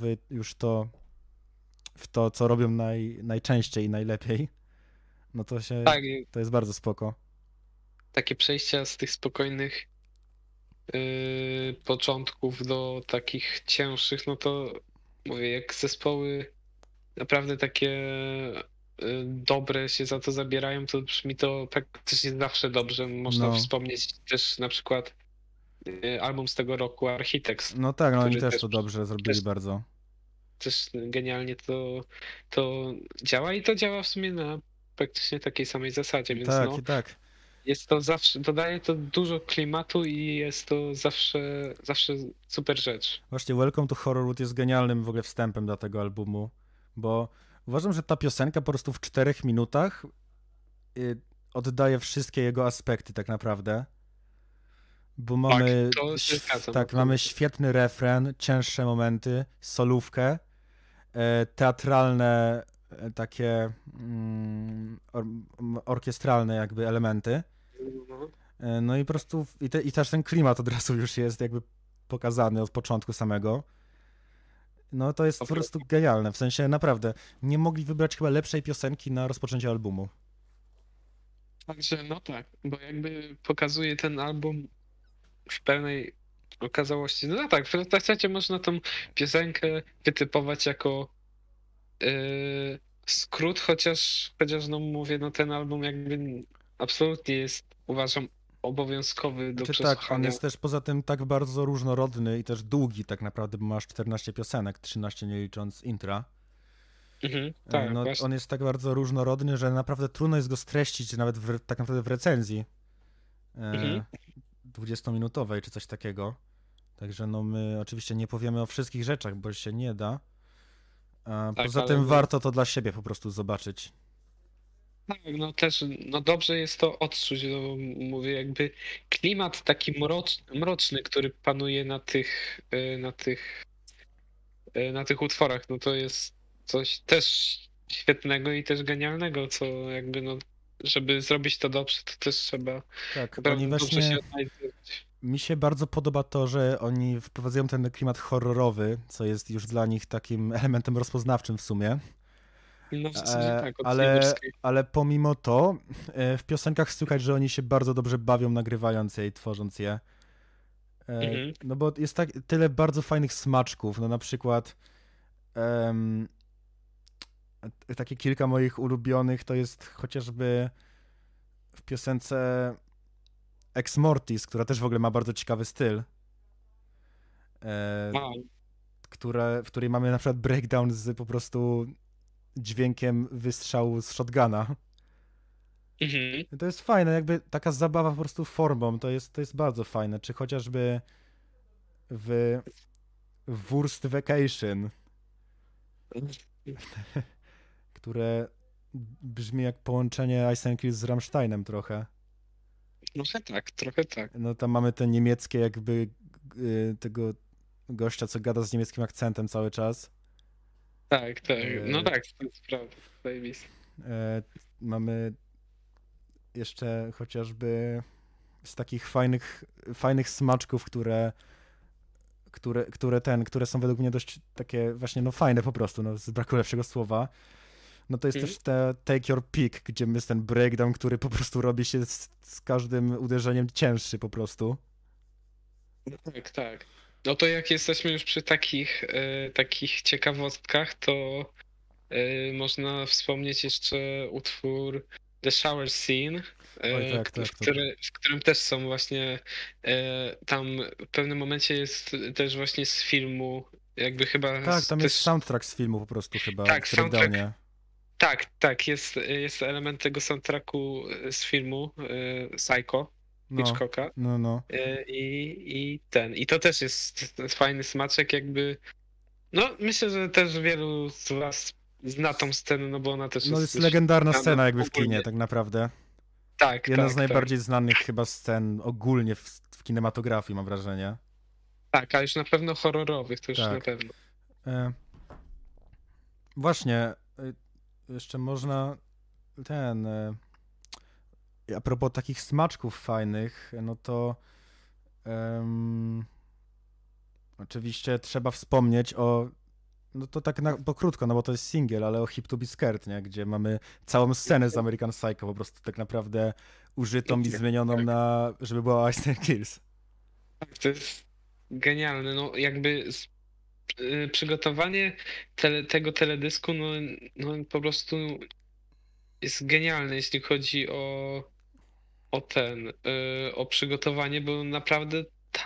w to, co robią najczęściej i najlepiej, no tak, to jest bardzo spoko. takie przejścia z tych spokojnych początków do takich cięższych, no to mówię, jak zespoły naprawdę takie dobre się za to zabierają, to brzmi to praktycznie zawsze dobrze. Można No, wspomnieć też na przykład album z tego roku Architects, no tak, no oni który też to dobrze zrobili też, bardzo. też genialnie to działa i to działa w sumie na praktycznie takiej samej zasadzie, więc Tak, no i tak. jest to zawsze, dodaje to dużo klimatu i jest to zawsze super rzecz. Właśnie Welcome to Horrorwood jest genialnym w ogóle wstępem do tego albumu, bo uważam, że ta piosenka po prostu w 4 minutach oddaje wszystkie jego aspekty tak naprawdę. Bo Tak, mamy, to się zgadzam. tak, mamy świetny refren, cięższe momenty, solówkę, teatralne, takie orkiestralne jakby elementy. No, No i po prostu, i też ten klimat od razu już jest jakby pokazany od początku samego. No to jest po prostu genialne, w sensie naprawdę, nie mogli wybrać chyba lepszej piosenki na rozpoczęcie albumu. także no tak, bo jakby pokazuje ten album w pełnej okazałości. No tak, w zasadzie można tą piosenkę wytypować jako skrót, chociaż no mówię, no ten album jakby absolutnie jest, uważam, obowiązkowy do Czy tak, on przesłuchania. jest też poza tym tak bardzo różnorodny i też długi tak naprawdę, bo masz 14 piosenek, 13 nie licząc intra. Tak, No, właśnie. on jest tak bardzo różnorodny, że naprawdę trudno jest go streścić nawet tak naprawdę w recenzji Mhm. 20-minutowej czy coś takiego. Także no my oczywiście nie powiemy o wszystkich rzeczach, bo się nie da. A Tak, poza ale tym no, warto to dla siebie po prostu zobaczyć. tak, no też, no dobrze jest to odczuć, no mówię, jakby klimat taki mroczny, który panuje na tych utworach, no to jest coś też świetnego i też genialnego, co jakby no, żeby zrobić to dobrze, to też trzeba Tak, oni naprawdę dobrze właśnie... się odnajdywać. Mi się bardzo podoba to, że oni wprowadzają ten klimat horrorowy, co jest już dla nich takim elementem rozpoznawczym w sumie. No w zasadzie tak, od tej Ale, ludzkiej. ale pomimo to w piosenkach słychać, że oni się bardzo dobrze bawią nagrywając je i tworząc je. Mhm. No bo jest tak tyle bardzo fajnych smaczków, no na przykład takie kilka moich ulubionych to jest chociażby w piosence Ex Mortis, która też w ogóle ma bardzo ciekawy styl, A, w której mamy na przykład breakdown z po prostu dźwiękiem wystrzału z shotguna. mhm. To jest fajne, jakby taka zabawa po prostu formą, to jest bardzo fajne, czy chociażby w Worst Vacation, które brzmi jak połączenie Ice and Kills z Rammsteinem trochę. Trochę tak, trochę tak. No tam mamy te niemieckie jakby tego gościa, co gada z niemieckim akcentem cały czas. Tak, tak. No E, tak, to jest prawda. Zajebiste. Mamy jeszcze chociażby z takich fajnych smaczków, które są według mnie dość takie właśnie, no fajne po prostu, no z braku lepszego słowa. No to jest Mhm. też te Take Your Pick, gdzie jest ten breakdown, który po prostu robi się z każdym uderzeniem cięższy po prostu. No tak, tak. No to jak jesteśmy już przy takich ciekawostkach, to można wspomnieć jeszcze utwór The Shower Scene, Oj, tak, w, tak. w którym też są właśnie, tam w pewnym momencie jest też właśnie z filmu, jakby chyba Tak, tam jest też, soundtrack z filmu po prostu chyba tak, w soundtrack, breakdownie. tak, jest element tego soundtracku z filmu Psycho No, Hitchcocka. no. I to też jest fajny smaczek, jakby. No, myślę, że też wielu z was zna tą scenę, no bo ona też No jest jest dość legendarna znana scena jakby w ogólnie. kinie tak naprawdę. Tak, Jedna z tak, tak. najbardziej znanych chyba scen ogólnie w kinematografii, mam wrażenie. Tak, a już na pewno horrorowych, to już na Tak. pewno. E, właśnie, jeszcze można a propos takich smaczków fajnych, no to oczywiście trzeba wspomnieć o, no to tak bo krótko, no bo to jest singiel, ale o Hip to be Scared, nie? Gdzie mamy całą scenę z American Psycho po prostu tak naprawdę użytą i zmienioną Tak. na, żeby była Ice Nine Kills. Tak, to jest genialne, no jakby przygotowanie tego teledysku, no po prostu jest genialne, jeśli chodzi o przygotowanie, bo naprawdę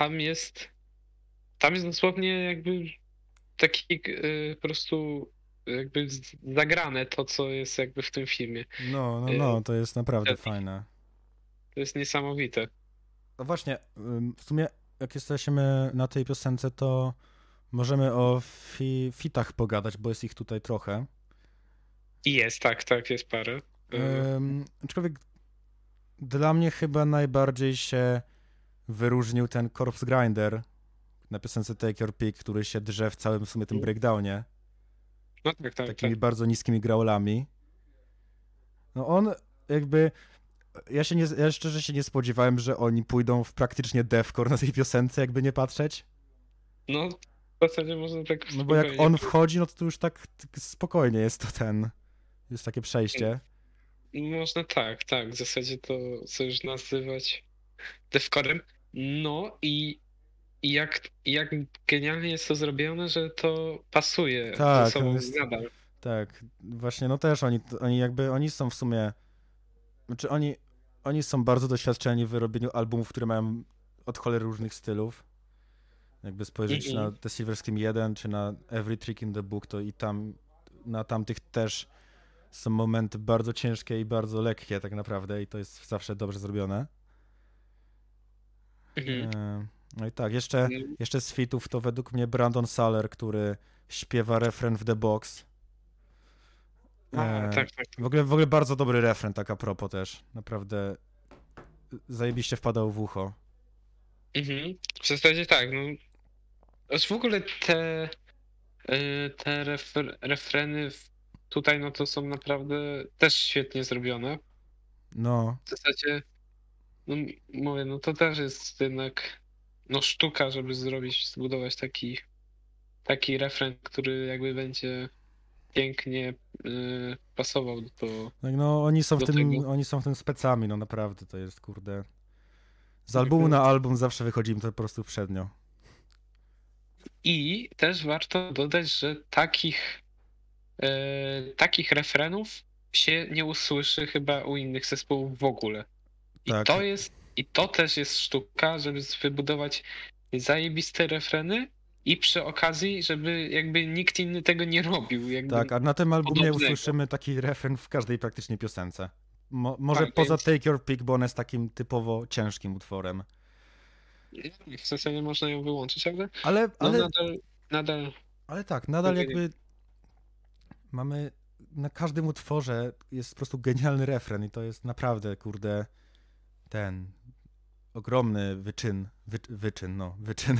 tam jest dosłownie jakby taki po prostu jakby zagrane to, co jest jakby w tym filmie. No, to jest naprawdę To fajne. to jest niesamowite. No właśnie, w sumie jak jesteśmy na tej piosence, to możemy o fitach pogadać, bo jest ich tutaj trochę. I jest, tak, jest parę. Aczkolwiek dla mnie chyba najbardziej się wyróżnił ten Corpse Grinder na piosence Take Your Pick, który się drze w całym w sumie tym breakdownie, No tak. takimi bardzo niskimi growlami. No on jakby, ja szczerze się nie spodziewałem, że oni pójdą w praktycznie deathcore na tej piosence, jakby nie patrzeć. No, w zasadzie można tak No bo jak spokojnie on wchodzi, no to już tak spokojnie jest to jest takie przejście. Można tak, w zasadzie to co już nazywać devcorem. No i jak genialnie jest to zrobione, że to pasuje ze Tak, sobą nadal. tak, właśnie, no też oni są w sumie, znaczy oni są bardzo doświadczeni w robieniu albumów, które mają od cholery różnych stylów. Jakby spojrzeć na The Silver Scream 1 czy na Every Trick in the Book, to i tam na tamtych też są momenty bardzo ciężkie i bardzo lekkie tak naprawdę i to jest zawsze dobrze zrobione. No i tak, jeszcze z fitów to według mnie Brandon Saller, który śpiewa refren w The Box. Tak. W ogóle bardzo dobry refren, tak a propos też. Naprawdę zajebiście wpadał w ucho. W zasadzie tak, no. Aż w ogóle te refreny tutaj, no to są naprawdę też świetnie zrobione. No, W zasadzie, no mówię, no to też jest jednak no sztuka, żeby zbudować taki refren, który jakby będzie pięknie pasował tak, no do tego. oni są w tym specami, no naprawdę, to jest kurde. Z albumu na album zawsze wychodzi im to po prostu przednio. I też warto dodać, że takich refrenów się nie usłyszy chyba u innych zespołów w ogóle. Tak, I to też jest sztuka, żeby wybudować zajebiste refreny i przy okazji, żeby jakby nikt inny tego nie robił. tak, a na tym albumie podobnego. usłyszymy taki refren w każdej praktycznie piosence. Może Tak, poza więc- Take Your Pick, bo on jest takim typowo ciężkim utworem. W sensie nie można ją wyłączyć, ale Ale, no ale, nadal ale tak, nadal Mówię, jakby mamy, na każdym utworze jest po prostu genialny refren i to jest naprawdę, kurde, ten ogromny wyczyn.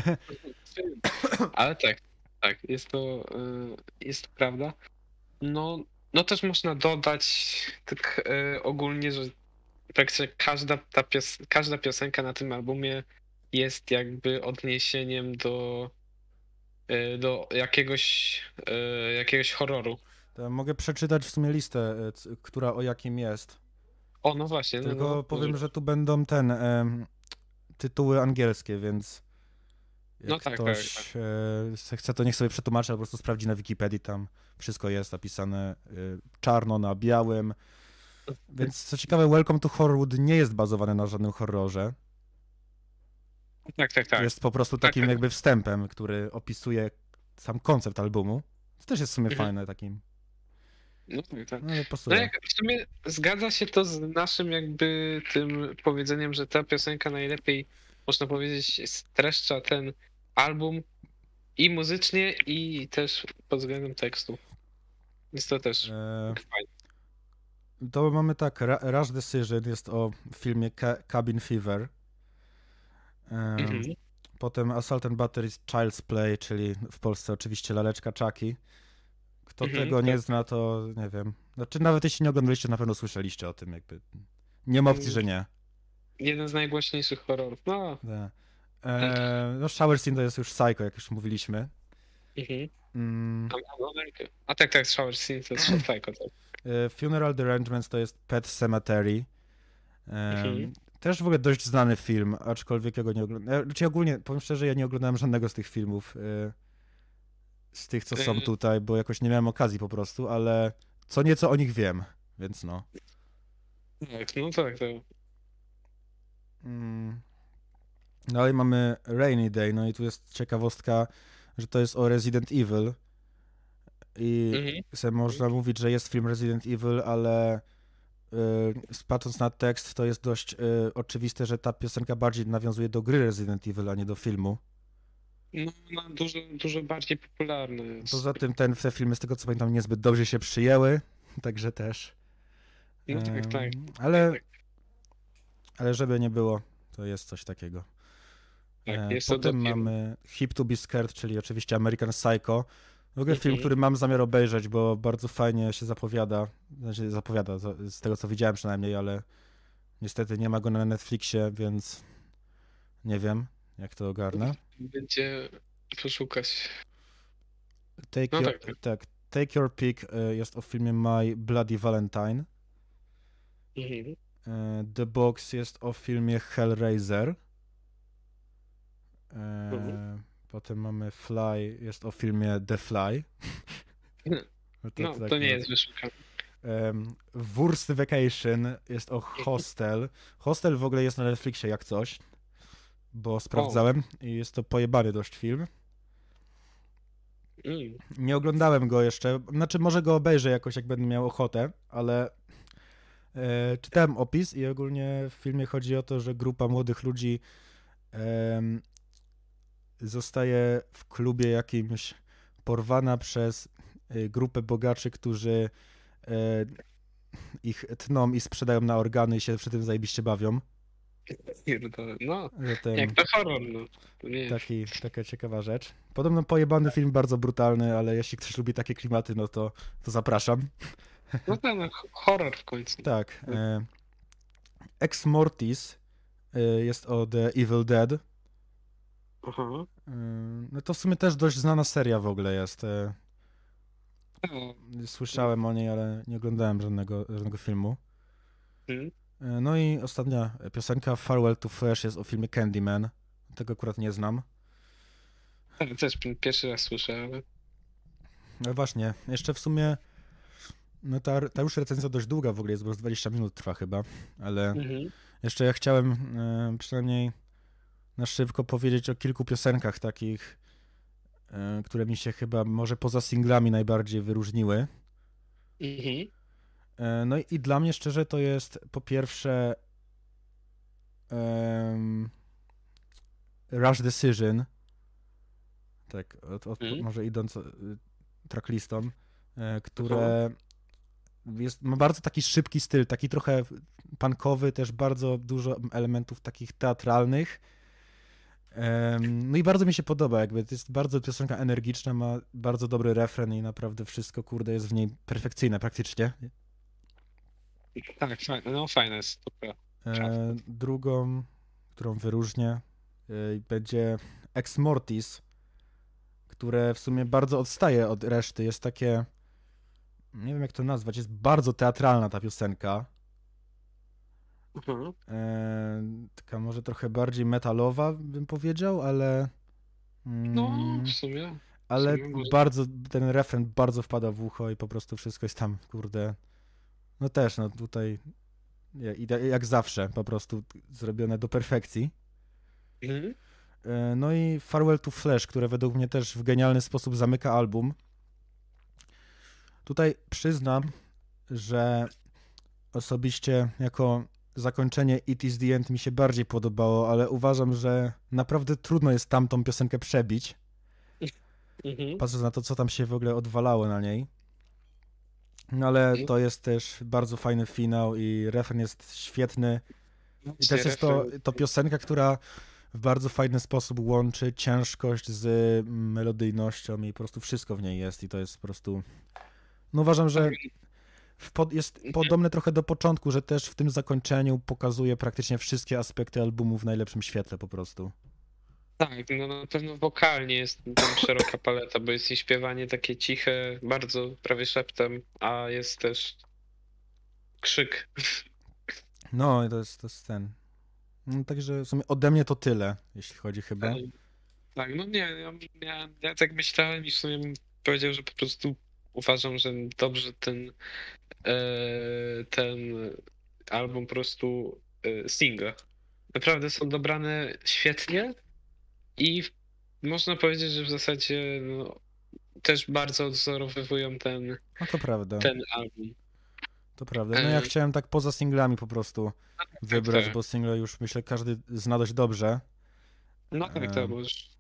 ale tak, jest to prawda. No też można dodać tak ogólnie, że praktycznie każda piosenka na tym albumie jest jakby odniesieniem do jakiegoś horroru. To mogę przeczytać w sumie listę, która o jakim jest. O, no właśnie. Tylko powiem, może- że tu będą tytuły angielskie, więc Jak No tak, ktoś chce, to niech sobie przetłumaczy, albo po prostu sprawdzi na Wikipedii, tam wszystko jest napisane czarno na białym. Więc co ciekawe, Welcome to Horrorwood nie jest bazowany na żadnym horrorze. Tak. Jest po prostu takim jakby wstępem, który opisuje sam koncept albumu. To też jest w sumie fajne takim. No tak. No ale No pasuje. jak w sumie zgadza się to z naszym jakby tym powiedzeniem, że ta piosenka najlepiej, można powiedzieć, streszcza ten album i muzycznie, i też pod względem tekstu. Jest to też fajne. To mamy tak, Rush Decision jest o filmie Cabin Fever. Potem Assault and Battery Child's Play, czyli w Polsce oczywiście laleczka Chucky. Kto tego nie zna, to nie wiem. Znaczy nawet jeśli nie oglądaliście, na pewno słyszeliście o tym, jakby. Nie ma opcji, że nie. Jeden z najgłośniejszych horrorów. No. No Shower Scene to jest już Psycho, jak już mówiliśmy. A tak, Shower Scene to jest Psycho. Tak. Funeral Derangements to jest Pet Sematary. Też w ogóle dość znany film, aczkolwiek ja go nie oglądałem. Znaczy ogólnie, powiem szczerze, ja nie oglądałem żadnego z tych filmów, z tych, co są tutaj, bo jakoś nie miałem okazji po prostu, ale co nieco o nich wiem, więc no. Tak, no tak. No i mamy Rainy Day, no i tu jest ciekawostka, że to jest o Resident Evil i sobie można mówić, że jest film Resident Evil, ale patrząc na tekst, to jest dość oczywiste, że ta piosenka bardziej nawiązuje do gry Resident Evil, a nie do filmu. No, dużo bardziej popularne jest. Poza tym te filmy, z tego co pamiętam, niezbyt dobrze się przyjęły, także też. No tak. Ale żeby nie było, to jest coś takiego. Tak, jest potem mamy Hip to be Scared, czyli oczywiście American Psycho. W ogóle film, który mam zamiar obejrzeć, bo bardzo fajnie się zapowiada. Znaczy zapowiada, z tego co widziałem przynajmniej, ale niestety nie ma go na Netflixie, więc nie wiem, jak to ogarnę. Będzie poszukać. Take Your Pick jest o filmie My Bloody Valentine. The Box jest o filmie Hellraiser. Potem mamy Fly, jest o filmie The Fly. To nie jest wyszukane. Worst Vacation jest o Hostel. Hostel w ogóle jest na Netflixie jak coś, bo sprawdzałem i jest to pojebany dość film. Nie oglądałem go jeszcze, znaczy może go obejrzę jakoś, jak będę miał ochotę, ale czytałem opis i ogólnie w filmie chodzi o to, że grupa młodych ludzi zostaje w klubie jakimś porwana przez grupę bogaczy, którzy ich tną i sprzedają na organy i się przy tym zajebiście bawią. No, jak to horror, no. To nie taka ciekawa rzecz. Podobno pojebany film, bardzo brutalny, ale jeśli ktoś lubi takie klimaty, no to zapraszam. No ten horror w końcu. Tak. Ex Mortis jest o The Evil Dead. No to w sumie też dość znana seria w ogóle jest. Słyszałem o niej, ale nie oglądałem żadnego filmu. No i ostatnia piosenka Farewell to Fresh jest o filmie Candyman. Tego akurat nie znam. Też pierwszy raz słyszę, ale... No właśnie, jeszcze w sumie no ta już recenzja dość długa w ogóle jest, bo już 20 minut trwa chyba, ale jeszcze ja chciałem przynajmniej na szybko powiedzieć o kilku piosenkach takich, które mi się chyba może poza singlami najbardziej wyróżniły. No i dla mnie szczerze to jest po pierwsze Rush Decision, tak, może idąc tracklistą, które ma bardzo taki szybki styl, taki trochę punkowy, też bardzo dużo elementów takich teatralnych. No i bardzo mi się podoba, jakby to jest bardzo piosenka energiczna, ma bardzo dobry refren i naprawdę wszystko, kurde, jest w niej perfekcyjne praktycznie. Tak, no fajne jest to. Drugą, którą wyróżnię, będzie Ex Mortis, które w sumie bardzo odstaje od reszty, jest takie, nie wiem jak to nazwać, jest bardzo teatralna ta piosenka. Taka może trochę bardziej metalowa, bym powiedział, ale No, Mm, w sumie. ale sumie może. bardzo, ten refren bardzo wpada w ucho i po prostu wszystko jest tam, kurde. No też, no tutaj jak zawsze po prostu zrobione do perfekcji. Mhm. No i Farewell to Flash, które według mnie też w genialny sposób zamyka album. Tutaj przyznam, że osobiście jako zakończenie It Is The End mi się bardziej podobało, ale uważam, że naprawdę trudno jest tamtą piosenkę przebić, Mhm. patrząc na to, co tam się w ogóle odwalało na niej. No ale No, to jest też bardzo fajny finał i refren jest świetny. I właśnie też jest refren. to piosenka, która w bardzo fajny sposób łączy ciężkość z melodyjnością i po prostu wszystko w niej jest i to jest po prostu... No uważam, że jest podobne trochę do początku, że też w tym zakończeniu pokazuje praktycznie wszystkie aspekty albumu w najlepszym świetle po prostu. Tak, no na pewno wokalnie jest tam szeroka paleta, bo jest i śpiewanie takie ciche, bardzo prawie szeptem, a jest też krzyk. No i to jest ten... No, także w sumie ode mnie to tyle, jeśli chodzi chyba. Tak, no nie, ja tak myślałem i w sumie bym powiedział, że po prostu uważam, że dobrze ten album po prostu single. Naprawdę są dobrane świetnie i można powiedzieć, że w zasadzie no, też bardzo odwzorowywują No to prawda. ten album. To prawda. No ja chciałem tak poza singlami po prostu wybrać, tak. bo single już myślę każdy zna dość dobrze. No tak, to już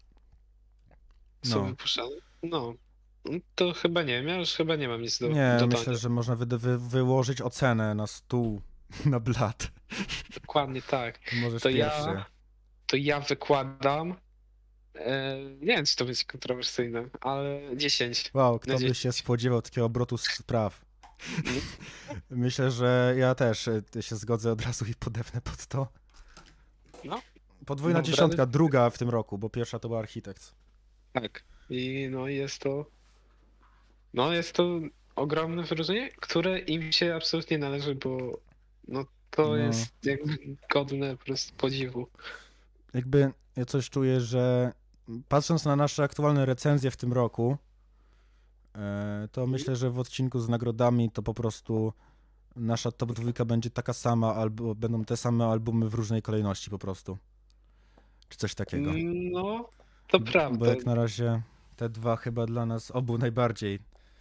są No. wypuszczane. No, to chyba nie wiem, ja już chyba nie mam nic do Nie, dodania. myślę, że można wyłożyć ocenę na stół, na blat. Dokładnie tak. To możesz To pierwszy. to ja wykładam. Nie wiem, czy to będzie kontrowersyjne, ale 10. Wow, Na kto by 10. się spodziewał takiego obrotu spraw. No, Myślę, że ja też się zgodzę od razu i podepnę pod to. no, Podwójna Dobra. dziesiątka, druga w tym roku, bo pierwsza to był Architekt. tak. I no jest to. No jest to ogromne wyróżnienie, które im się absolutnie należy, bo no to No. jest jakby godne po prostu podziwu. Jakby ja coś czuję, że patrząc na nasze aktualne recenzje w tym roku, to myślę, że w odcinku z nagrodami to po prostu nasza top dwójka będzie taka sama, albo będą te same albumy w różnej kolejności po prostu. Czy coś takiego. No, to Bo prawda. jak na razie te dwa chyba dla nas obu najbardziej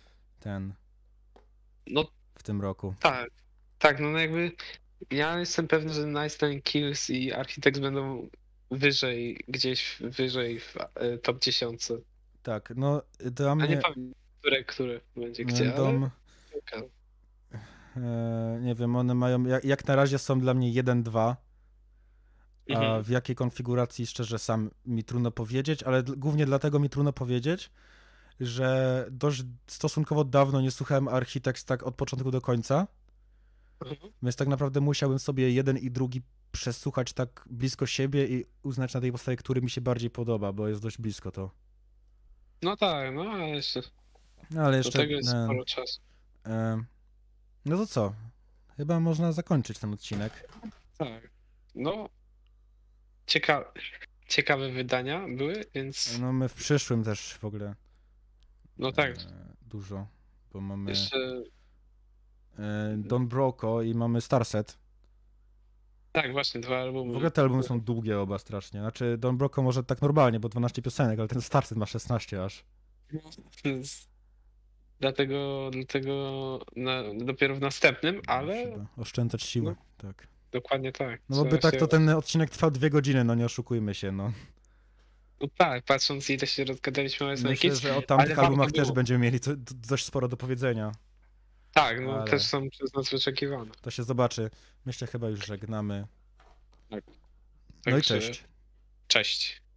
No w tym roku. tak. Tak, no jakby ja jestem pewny, że Nice Nine Kills i Architects będą gdzieś wyżej w top 10. Tak, no dla A nie mnie pamiętam, które będzie gdzie, ale dom, okej. nie wiem, one mają, jak na razie są dla mnie 1-2, a Mhm. w jakiej konfiguracji szczerze sam mi trudno powiedzieć, ale głównie dlatego mi trudno powiedzieć, że dość stosunkowo dawno nie słuchałem Architects tak od początku do końca, Mhm. więc tak naprawdę musiałbym sobie jeden i drugi przesłuchać tak blisko siebie i uznać na tej podstawie, który mi się bardziej podoba, bo jest dość blisko to. No tak, no ale jeszcze No ale do jeszcze, tego jest sporo czasu. no to co? Chyba można zakończyć ten odcinek. Tak. No, ciekawe wydania były, więc No my w przyszłym też w ogóle no tak, dużo, bo mamy jeszcze Don Broco i mamy Starset. tak, właśnie 2 albumy. W ogóle te albumy są długie oba strasznie. Znaczy Don Broco może tak normalnie, bo 12 piosenek, ale ten Starset ma 16 aż. Więc dlatego dopiero w następnym, ale Trzeba oszczędzać siły, tak. dokładnie tak. No bo by Trzeba tak się- to ten odcinek trwał 2 godziny, no nie oszukujmy się, no. No tak, patrząc ile się rozgadaliśmy o Nice Nine Myślę, Kills, że o tamtych ale warto albumach też było. będziemy mieli dość sporo do powiedzenia. Tak, no ale- też są przez nas wyczekiwane. To się zobaczy. Myślę, chyba już żegnamy. Tak. No i Także cześć. Cześć.